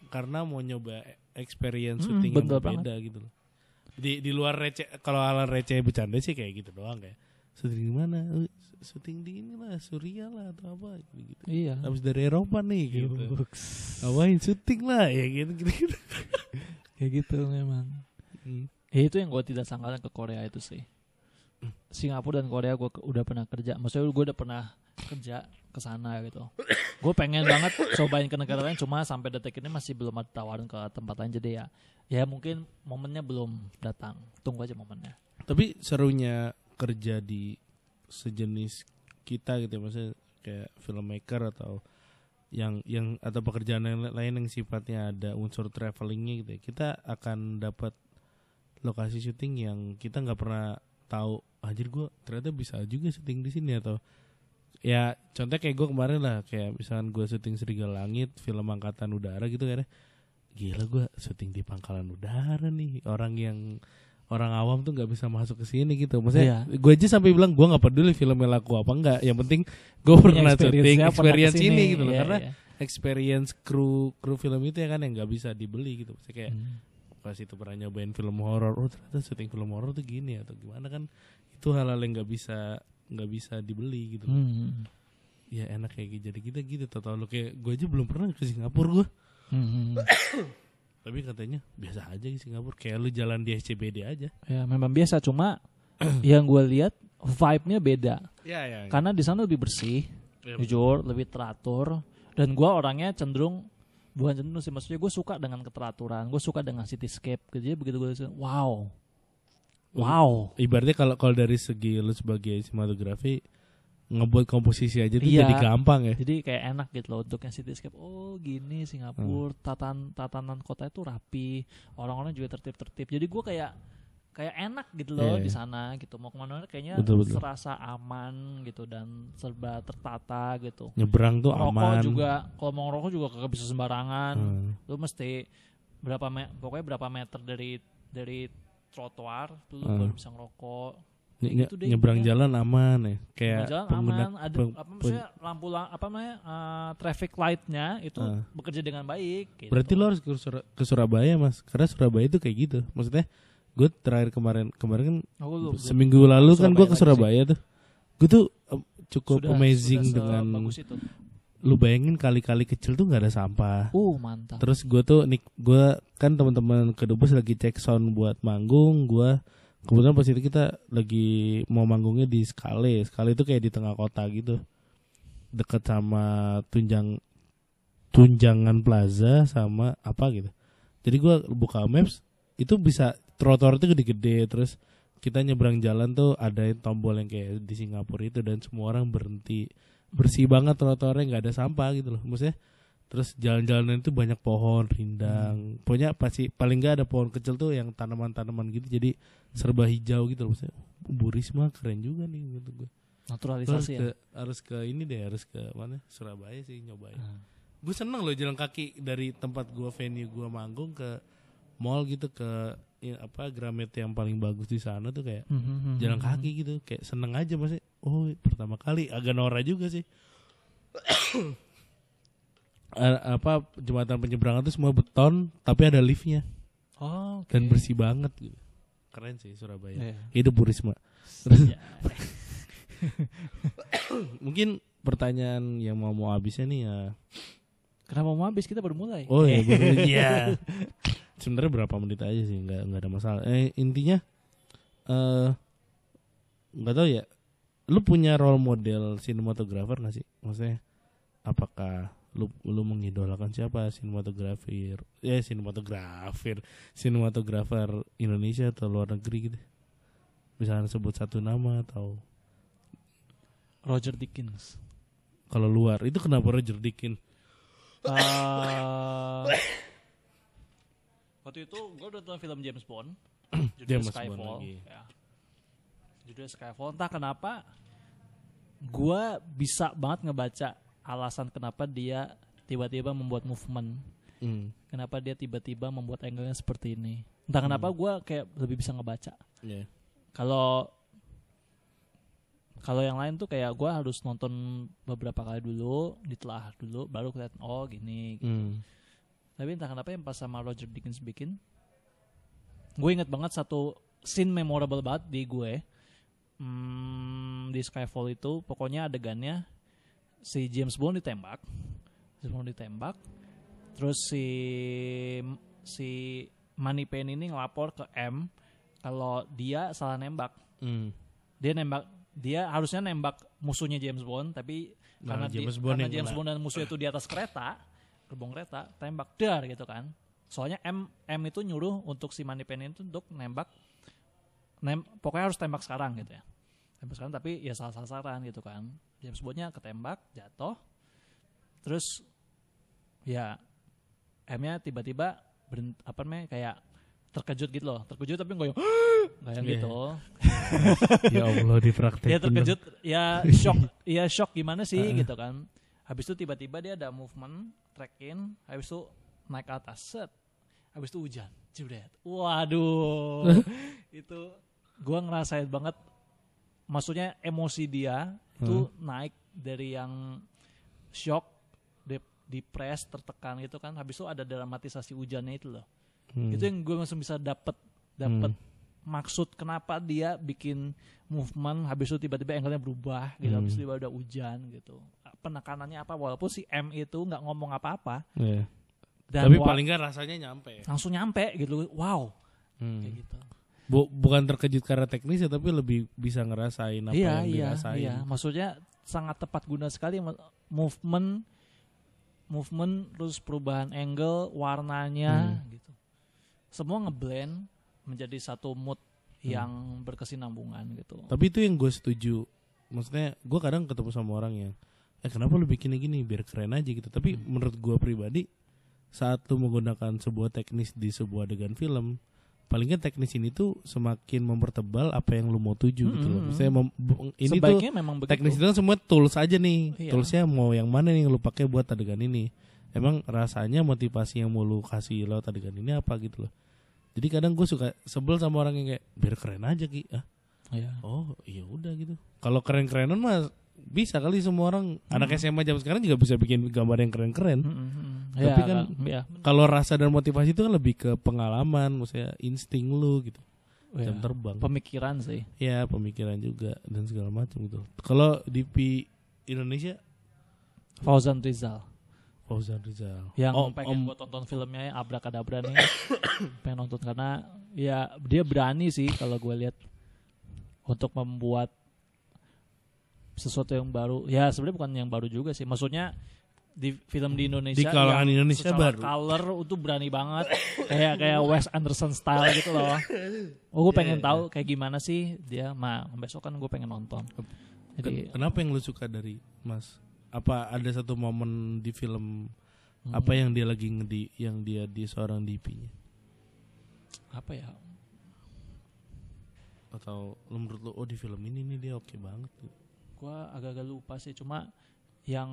karena mau nyoba experience Hmm, syuting yang betul berbeda gitu loh. Di di luar receh, kalau hal receh bercanda sih kayak gitu doang kayak syuting di mana? Oh, syuting di inilah Suria lah atau apa gitu. Iya. Habis dari Eropa nih gitu. Ngapain syuting lah ya gitu gitu. Kayak gitu memang. Hmm. Ya itu yang gue tidak sangkakan ke Korea itu sih. Singapura dan Korea gue ke- udah pernah kerja. Maksudnya gue udah pernah kerja ke sana gitu. Gue pengen banget cobain ke negara lain, cuma sampai detik ini masih belum ada tawaran ke tempat lain. Jadi ya, ya mungkin momennya belum datang. Tunggu aja momennya. Tapi serunya kerja di sejenis kita gitu ya, maksudnya kayak filmmaker atau yang yang atau pekerjaan yang lain yang sifatnya ada unsur travelingnya gitu ya, kita akan dapat lokasi syuting yang kita nggak pernah tahu. Anjir, gue ternyata bisa juga syuting di sini. Atau ya contohnya kayak gue kemarin lah, kayak misalkan gue syuting Serigala Langit, film angkatan udara gitu kan, gila gue syuting di pangkalan udara nih, orang yang orang awam tuh nggak bisa masuk ke sini gitu. Maksudnya Iya. gue aja sampai bilang gue nggak peduli filmnya laku apa enggak, yang penting gue pernah syuting experience ini gitu loh. Iya, Karena iya. experience kru kru film itu ya kan yang nggak bisa dibeli gitu. Maksudnya kayak Hmm. pas itu pernah nyobain film horor, oh ternyata syuting film horor tuh gini atau gimana kan, itu hal-hal yang nggak bisa nggak bisa dibeli gitu loh. Hmm. Ya enak kayak gitu, jadi kita gitu. Tahu lo kayak gue aja belum pernah ke Singapura gue. Hmm. Tapi katanya biasa aja di Singapura, kayak lu jalan di S C B D aja. Ya memang biasa, cuma yang gue lihat vibe-nya beda. Ya ya. Karena di sana lebih bersih, Ya, jujur, lebih teratur. Dan gue orangnya cenderung, bukan cenderung sih, maksudnya gue suka dengan keteraturan, gue suka dengan cityscape. Jadi begitu gue lihat, wow, wow. Ibaratnya kalau kalau dari segi lu sebagai sinematografi, ngebuat komposisi aja tuh Iya. jadi gampang ya. Jadi kayak enak gitu loh untuk yang cityscape. Oh gini Singapura, tatan tatanan kota itu rapi, orang-orang juga tertib-tertib. Jadi gue kayak kayak enak gitu loh Iya. di sana gitu. Mau kemana kayaknya Betul, betul. serasa aman gitu dan serba tertata gitu. Nyebrang tuh Rokok aman. juga, kalau mau ngerokok juga kagak bisa sembarangan. Hmm. Lu mesti berapa me- pokoknya berapa meter dari dari trotoar tuh lu Hmm. baru bisa ngerokok. Nye- Kayak gitu deh, nyebrang intinya. jalan aman ya. Kayak Jalan pengguna aman, ada peng- apa maksudnya lampu la- apa namanya uh, traffic light-nya itu Ah. bekerja dengan baik. Gitu. Berarti lo harus ke, Sur- ke Surabaya mas, karena Surabaya itu kayak gitu. Maksudnya gue terakhir kemarin kemarin kan Aku belum- seminggu lalu kan gue ke Surabaya Surabaya tuh. Gue tuh um, cukup Sudah- amazing sudah dengan sebagus itu. lu bayangin kali-kali kecil tuh nggak ada sampah. Uh mantap. Terus gue tuh nik gue kan teman-teman ke Dubes lagi cek sound buat manggung. Gue kebetulan pas itu kita lagi mau manggungnya di Skale. Skale itu kayak di tengah kota gitu, deket sama Tunjang Tunjangan Plaza sama apa gitu. Jadi gue buka maps itu bisa trotoar itu gede-gede, terus kita nyebrang jalan tuh ada tombol yang kayak di Singapura itu dan semua orang berhenti, bersih banget trotoarnya, nggak ada sampah gitu loh. Maksudnya terus jalan-jalan itu banyak pohon rindang, pokoknya pasti paling nggak ada pohon kecil tuh yang tanaman-tanaman gitu, jadi serba hijau gitu loh. Maksudnya Bu Risma keren juga nih gitu gue. Harus Naturalisasi ke, ya. harus ke ini deh, harus ke mana, Surabaya sih nyobain. Hmm. Gue seneng loh jalan kaki dari tempat gue venue gue manggung ke mall gitu, ke ya, apa Gramet yang paling bagus di sana tuh kayak Hmm, jalan kaki gitu, kayak seneng aja maksudnya. Oh pertama kali, agak norak juga sih. A- apa jembatan penyeberangan tuh semua beton tapi ada liftnya Oh, oke. dan bersih banget gitu. Keren sih Surabaya. Iya. Hidup Bu Risma. Ya. Mungkin pertanyaan yang mau mau habisnya nih ya. Kenapa mau habis, kita baru mulai. Oh ya, bener, iya. Sebenarnya berapa menit aja sih, nggak nggak ada masalah. Eh intinya, eh nggak tahu ya. Lu punya role model sinematografer nggak sih? Maksudnya, apakah lu lu mengidolakan siapa sinematografer? Ya sinematografer, sinematografer Indonesia atau luar negeri gitu? Misalnya sebut satu nama atau Roger Deakins. kalau luar itu kenapa Roger Deakins? Uh, waktu itu gue udah nonton film James Bond, judulnya James Bond Skyfall. lagi. Ya. Judulnya Skyfall. Entah kenapa gue bisa banget ngebaca alasan kenapa dia tiba-tiba membuat movement, Hmm. kenapa dia tiba-tiba membuat angle-nya seperti ini. Entah kenapa gue kayak lebih bisa ngebaca. Yeah. Kalau kalau yang lain tuh kayak gue harus nonton beberapa kali dulu, ditelaah dulu, baru kelihatan oh gini. Hmm. Tapi entah kenapa yang pas sama Roger Deakins bikin, gue inget banget satu scene memorable banget di gue. Hmm, di Skyfall itu pokoknya adegannya si James Bond ditembak, James Bond ditembak, terus si si Moneypenny ini ngelapor ke M kalau dia salah nembak. Hmm. Dia nembak, dia harusnya nembak musuhnya James Bond, tapi Nah, karena James di, Bond karena yang James kena. Bond dan musuhnya itu di atas kereta, gerbong kereta, tembak dar gitu kan. Soalnya M M itu nyuruh untuk si Moneypenny itu untuk nembak, nem, pokoknya harus tembak sekarang gitu ya. Tembak sekarang tapi ya salah sasaran gitu kan. James Bondnya ketembak, jatuh, terus ya M-nya tiba-tiba berhenti, apa namanya kayak terkejut gitu loh, terkejut tapi nggak yang kayak Yeah. gitu. Ya Allah dipraktekin. Ya terkejut, ya shock, ya shock gimana sih Uh-uh. gitu kan. Habis itu tiba-tiba dia ada movement, track in, habis itu naik ke atas, set. Habis itu hujan, jebret. Waduh, itu gua ngerasain banget. Maksudnya emosi dia itu naik dari yang shock, depres, tertekan gitu kan. Habis itu ada dramatisasi hujannya itu loh. Hmm. Itu yang gue langsung bisa dapet dapet hmm. maksud kenapa dia bikin movement, habis itu tiba-tiba angle-nya berubah gitu, Hmm. habis itu tiba udah hujan gitu. Penekanannya apa, walaupun si M itu nggak ngomong apa-apa. Yeah. Dan Tapi wa- paling nggak rasanya nyampe. langsung nyampe gitu, wow, Hmm. kayak gitu. Bu- bukan terkejut karena teknis ya, tapi lebih bisa ngerasain apa Iya yang iya dirasain. iya, maksudnya sangat tepat guna sekali movement, movement terus perubahan angle, warnanya Hmm. gitu. Semua ngeblend menjadi satu mood yang berkesinambungan gitu. Tapi itu yang gue setuju. Maksudnya gue kadang ketemu sama orang yang, eh kenapa lu bikinnya gini biar keren aja gitu. Tapi Hmm. menurut gue pribadi, saat lu menggunakan sebuah teknis di sebuah adegan film, palingnya teknis ini tuh semakin mempertebal apa yang lu mau tuju gitu loh. Hmm. Maksudnya mem- bu- ini Sebaiknya tuh memang begitu. teknis itu kan semua tools aja nih. Iya. Toolsnya mau yang mana nih yang lu pakai buat adegan ini. Emang rasanya motivasi yang mau lu kasih lewat adegan ini apa gitu loh. Jadi kadang gue suka sebel sama orang yang kayak biar keren aja Ki. Ah, Iya. oh iya udah gitu. Kalau keren-kerenan mah bisa kali semua orang. Anak S M A zaman sekarang juga bisa bikin gambar yang keren-keren. Mm-hmm. Tapi Ya, kan ya. kalau rasa dan motivasi itu kan lebih ke pengalaman, maksudnya insting lu gitu. Ya, Jam terbang. pemikiran sih. Ya pemikiran juga dan segala macam gitu. Kalau di P Indonesia Fauzan Rizal Fauzan Rizal. yang Oh, pengen om- gue tonton filmnya Abrakadabra nih. Pengen nonton karena ya dia berani sih kalau gue lihat untuk membuat sesuatu yang baru. Ya sebenarnya bukan yang baru juga sih. Maksudnya di film di Indonesia Di kalangan yang Indonesia secara baru. color itu berani banget. kayak kayak Wes Anderson style gitu loh. Oh gue pengen Yeah, tahu kayak gimana sih dia. Ma besok kan gue pengen nonton. Jadi Ken- kenapa yang lu suka dari Mas? Apa ada satu momen di film hmm, apa yang dia lagi ngedi yang dia di seorang D P-nya? apa ya? Atau lu menurut lu oh di film ini nih dia oke banget gitu. Gue agak-agak lupa sih, cuma yang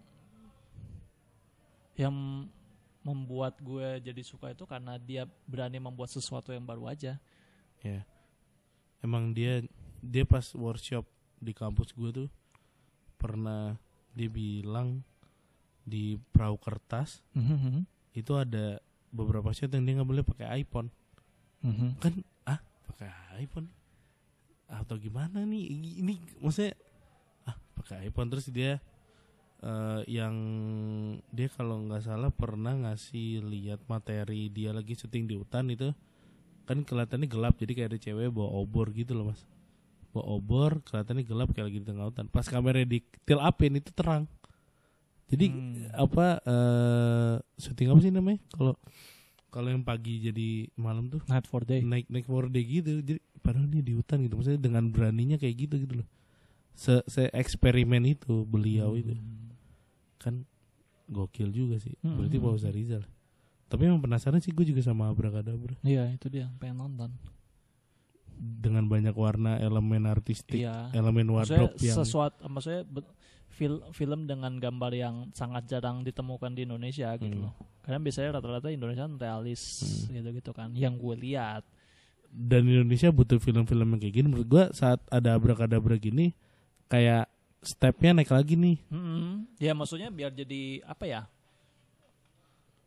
yang membuat gue jadi suka itu karena dia berani membuat sesuatu yang baru aja. Ya. Emang dia dia pas workshop di kampus gue tuh pernah dia bilang di perahu kertas itu ada beberapa shot yang dia nggak boleh pakai iPhone. Kan ah pakai iPhone atau gimana nih ini maksudnya ah pakai iPhone terus dia uh, yang dia kalau nggak salah pernah ngasih lihat materi dia lagi syuting di hutan itu kan kelihatannya gelap jadi kayak ada cewek bawa obor gitu loh Mas, bawa obor kelihatannya gelap kayak lagi di tengah hutan, pas kameranya di tilt upin itu terang. Jadi Hmm. apa uh, syuting apa sih namanya kalau kalau yang pagi jadi malam tuh Night for Day. naik naik for day gitu, jadi padahal dia di hutan gitu, maksudnya dengan beraninya kayak gitu gitu loh, se se eksperimen itu beliau itu kan gokil juga sih. Hmm. Berarti Fauzan Rizal. Tapi emang penasaran sih gue juga sama Abrakadabra Iya itu dia pengen nonton. dengan banyak warna, elemen artistik, Iya. elemen Maksudnya wardrobe yang sesuatu, maksudnya be- fil, film dengan gambar yang sangat jarang ditemukan di Indonesia gitu Hmm. loh. Karena biasanya rata-rata Indonesia kan realis Hmm. gitu-gitu kan. Yang gue lihat. dan Indonesia butuh film-film yang kayak gini. Menurut gue saat ada Abrakadabra gini kayak stepnya naik lagi nih. Mm-mm. Ya maksudnya biar jadi apa ya?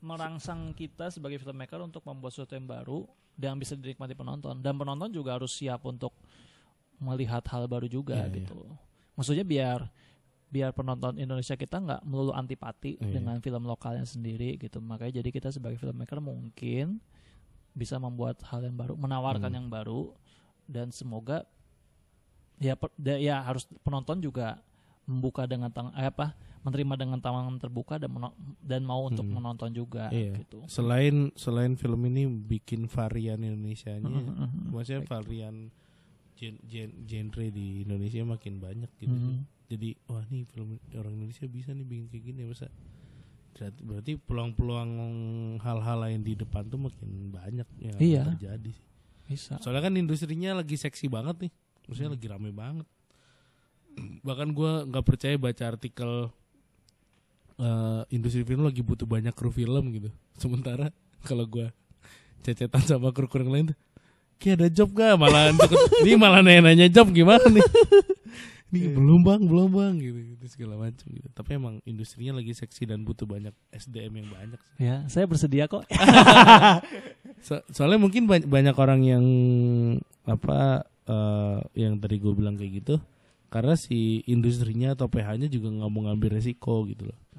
merangsang kita sebagai filmmaker untuk membuat sesuatu yang baru dan bisa dinikmati penonton, dan penonton juga harus siap untuk melihat hal baru juga yeah, gitu. Yeah. Maksudnya biar biar penonton Indonesia kita nggak melulu antipati yeah. dengan film lokalnya sendiri gitu. Makanya jadi kita sebagai filmmaker mungkin bisa membuat hal yang baru, menawarkan hmm. yang baru, dan semoga ya per, ya harus penonton juga membuka dengan tang eh, apa menerima dengan tangan terbuka dan meno- dan mau untuk hmm. menonton juga iya. gitu. Selain selain film ini bikin varian Indonesianya, mm-hmm. maksudnya Baik. varian gen, gen, genre di Indonesia makin banyak gitu. Mm-hmm. Jadi wah nih film orang Indonesia bisa nih bikin kayak gini, bisa. Berarti peluang-peluang hal-hal lain di depan tuh makin banyak yang iya. terjadi sih. Bisa. Soalnya kan industrinya lagi seksi banget nih, maksudnya hmm. lagi rame banget. Bahkan gue nggak percaya baca artikel uh, industri film lagi butuh banyak kru film gitu. Sementara kalau gue cecetan sama kru-kru yang lain tuh, kayak ada job gak? Malah ini malah nanya job gimana nih? Ini belum bang, belum bang gitu, gitu segala macam gitu. Tapi emang industrinya lagi seksi dan butuh banyak S D M yang banyak. Ya, saya bersedia kok. so, soalnya mungkin banyak, banyak orang yang apa uh, yang tadi gue bilang kayak gitu, karena si industrinya atau P H-nya juga nggak mau ngambil resiko gitu loh.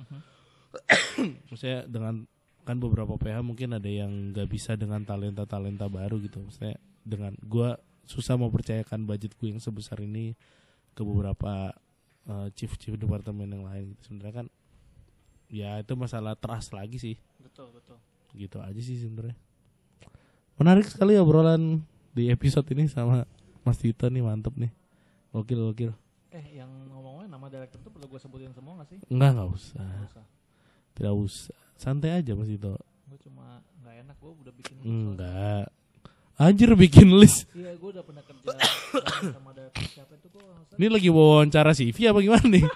Maksudnya dengan kan beberapa P H mungkin ada yang nggak bisa dengan talenta-talenta baru gitu. Maksudnya dengan gue susah mau percayakan budgetku yang sebesar ini ke beberapa uh, chief-chief departemen yang lain gitu. Sebenarnya kan ya itu masalah trust lagi sih. Betul, betul. Gitu aja sih sebenarnya. Menarik sekali obrolan di episode ini sama Mas Tito nih, mantep nih. Gokil, gokil. Eh, yang ngomongnya nama director tuh perlu gue sebutin semua gak sih? Enggak, enggak usah. Enggak usah. Tidak usah. Santai aja Mas Tito. Gue cuma gak enak, gue udah bikin enggak. Anjir bikin list. Iya, gue udah pernah kerja sama director siapa itu gue. Ini lagi wawancara C V apa gimana nih?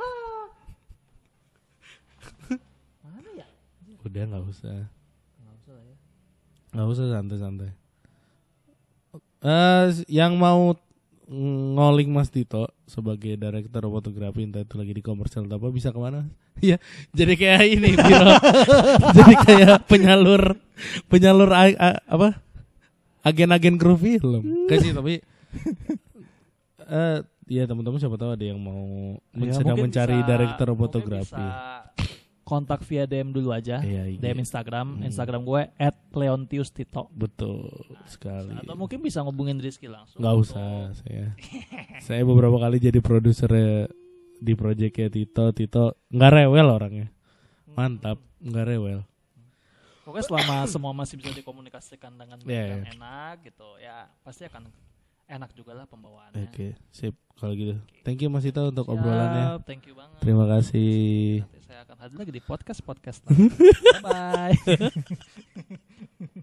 Mana ya? Udah enggak usah. Enggak usah lah ya. Enggak usah, santai-santai. Eh, uh, yang mau ngoling Mas Tito sebagai director fotografi, entah itu lagi di komersial atau apa, bisa kemana? Iya, jadi kayak ini biro. Jadi kayak penyalur penyalur a, a, apa? Agen-agen kru film. Kayak sih, tapi eh uh, ya teman-teman siapa tahu ada yang mau ya, sedang mencari bisa, director fotografi. Kontak via D M dulu aja. Iya, iya. D M Instagram, hmm. Instagram gue et leontius tito. Betul sekali. Atau mungkin bisa ngubungin Rizky langsung. Gak usah, saya. Saya beberapa kali jadi produser di proyeknya Tito. Tito nggak rewel orangnya. Mantap, nggak rewel. Pokoknya selama semua masih bisa dikomunikasikan dengan baik yeah, dan yeah. enak gitu, ya pasti akan enak juga lah pembawaannya. Oke, okay, sip kalau gitu. Thank you Mas Tito untuk Siap, obrolannya. Thank you banget. Terima kasih. Nanti saya akan hadir lagi di podcast podcast. Bye bye.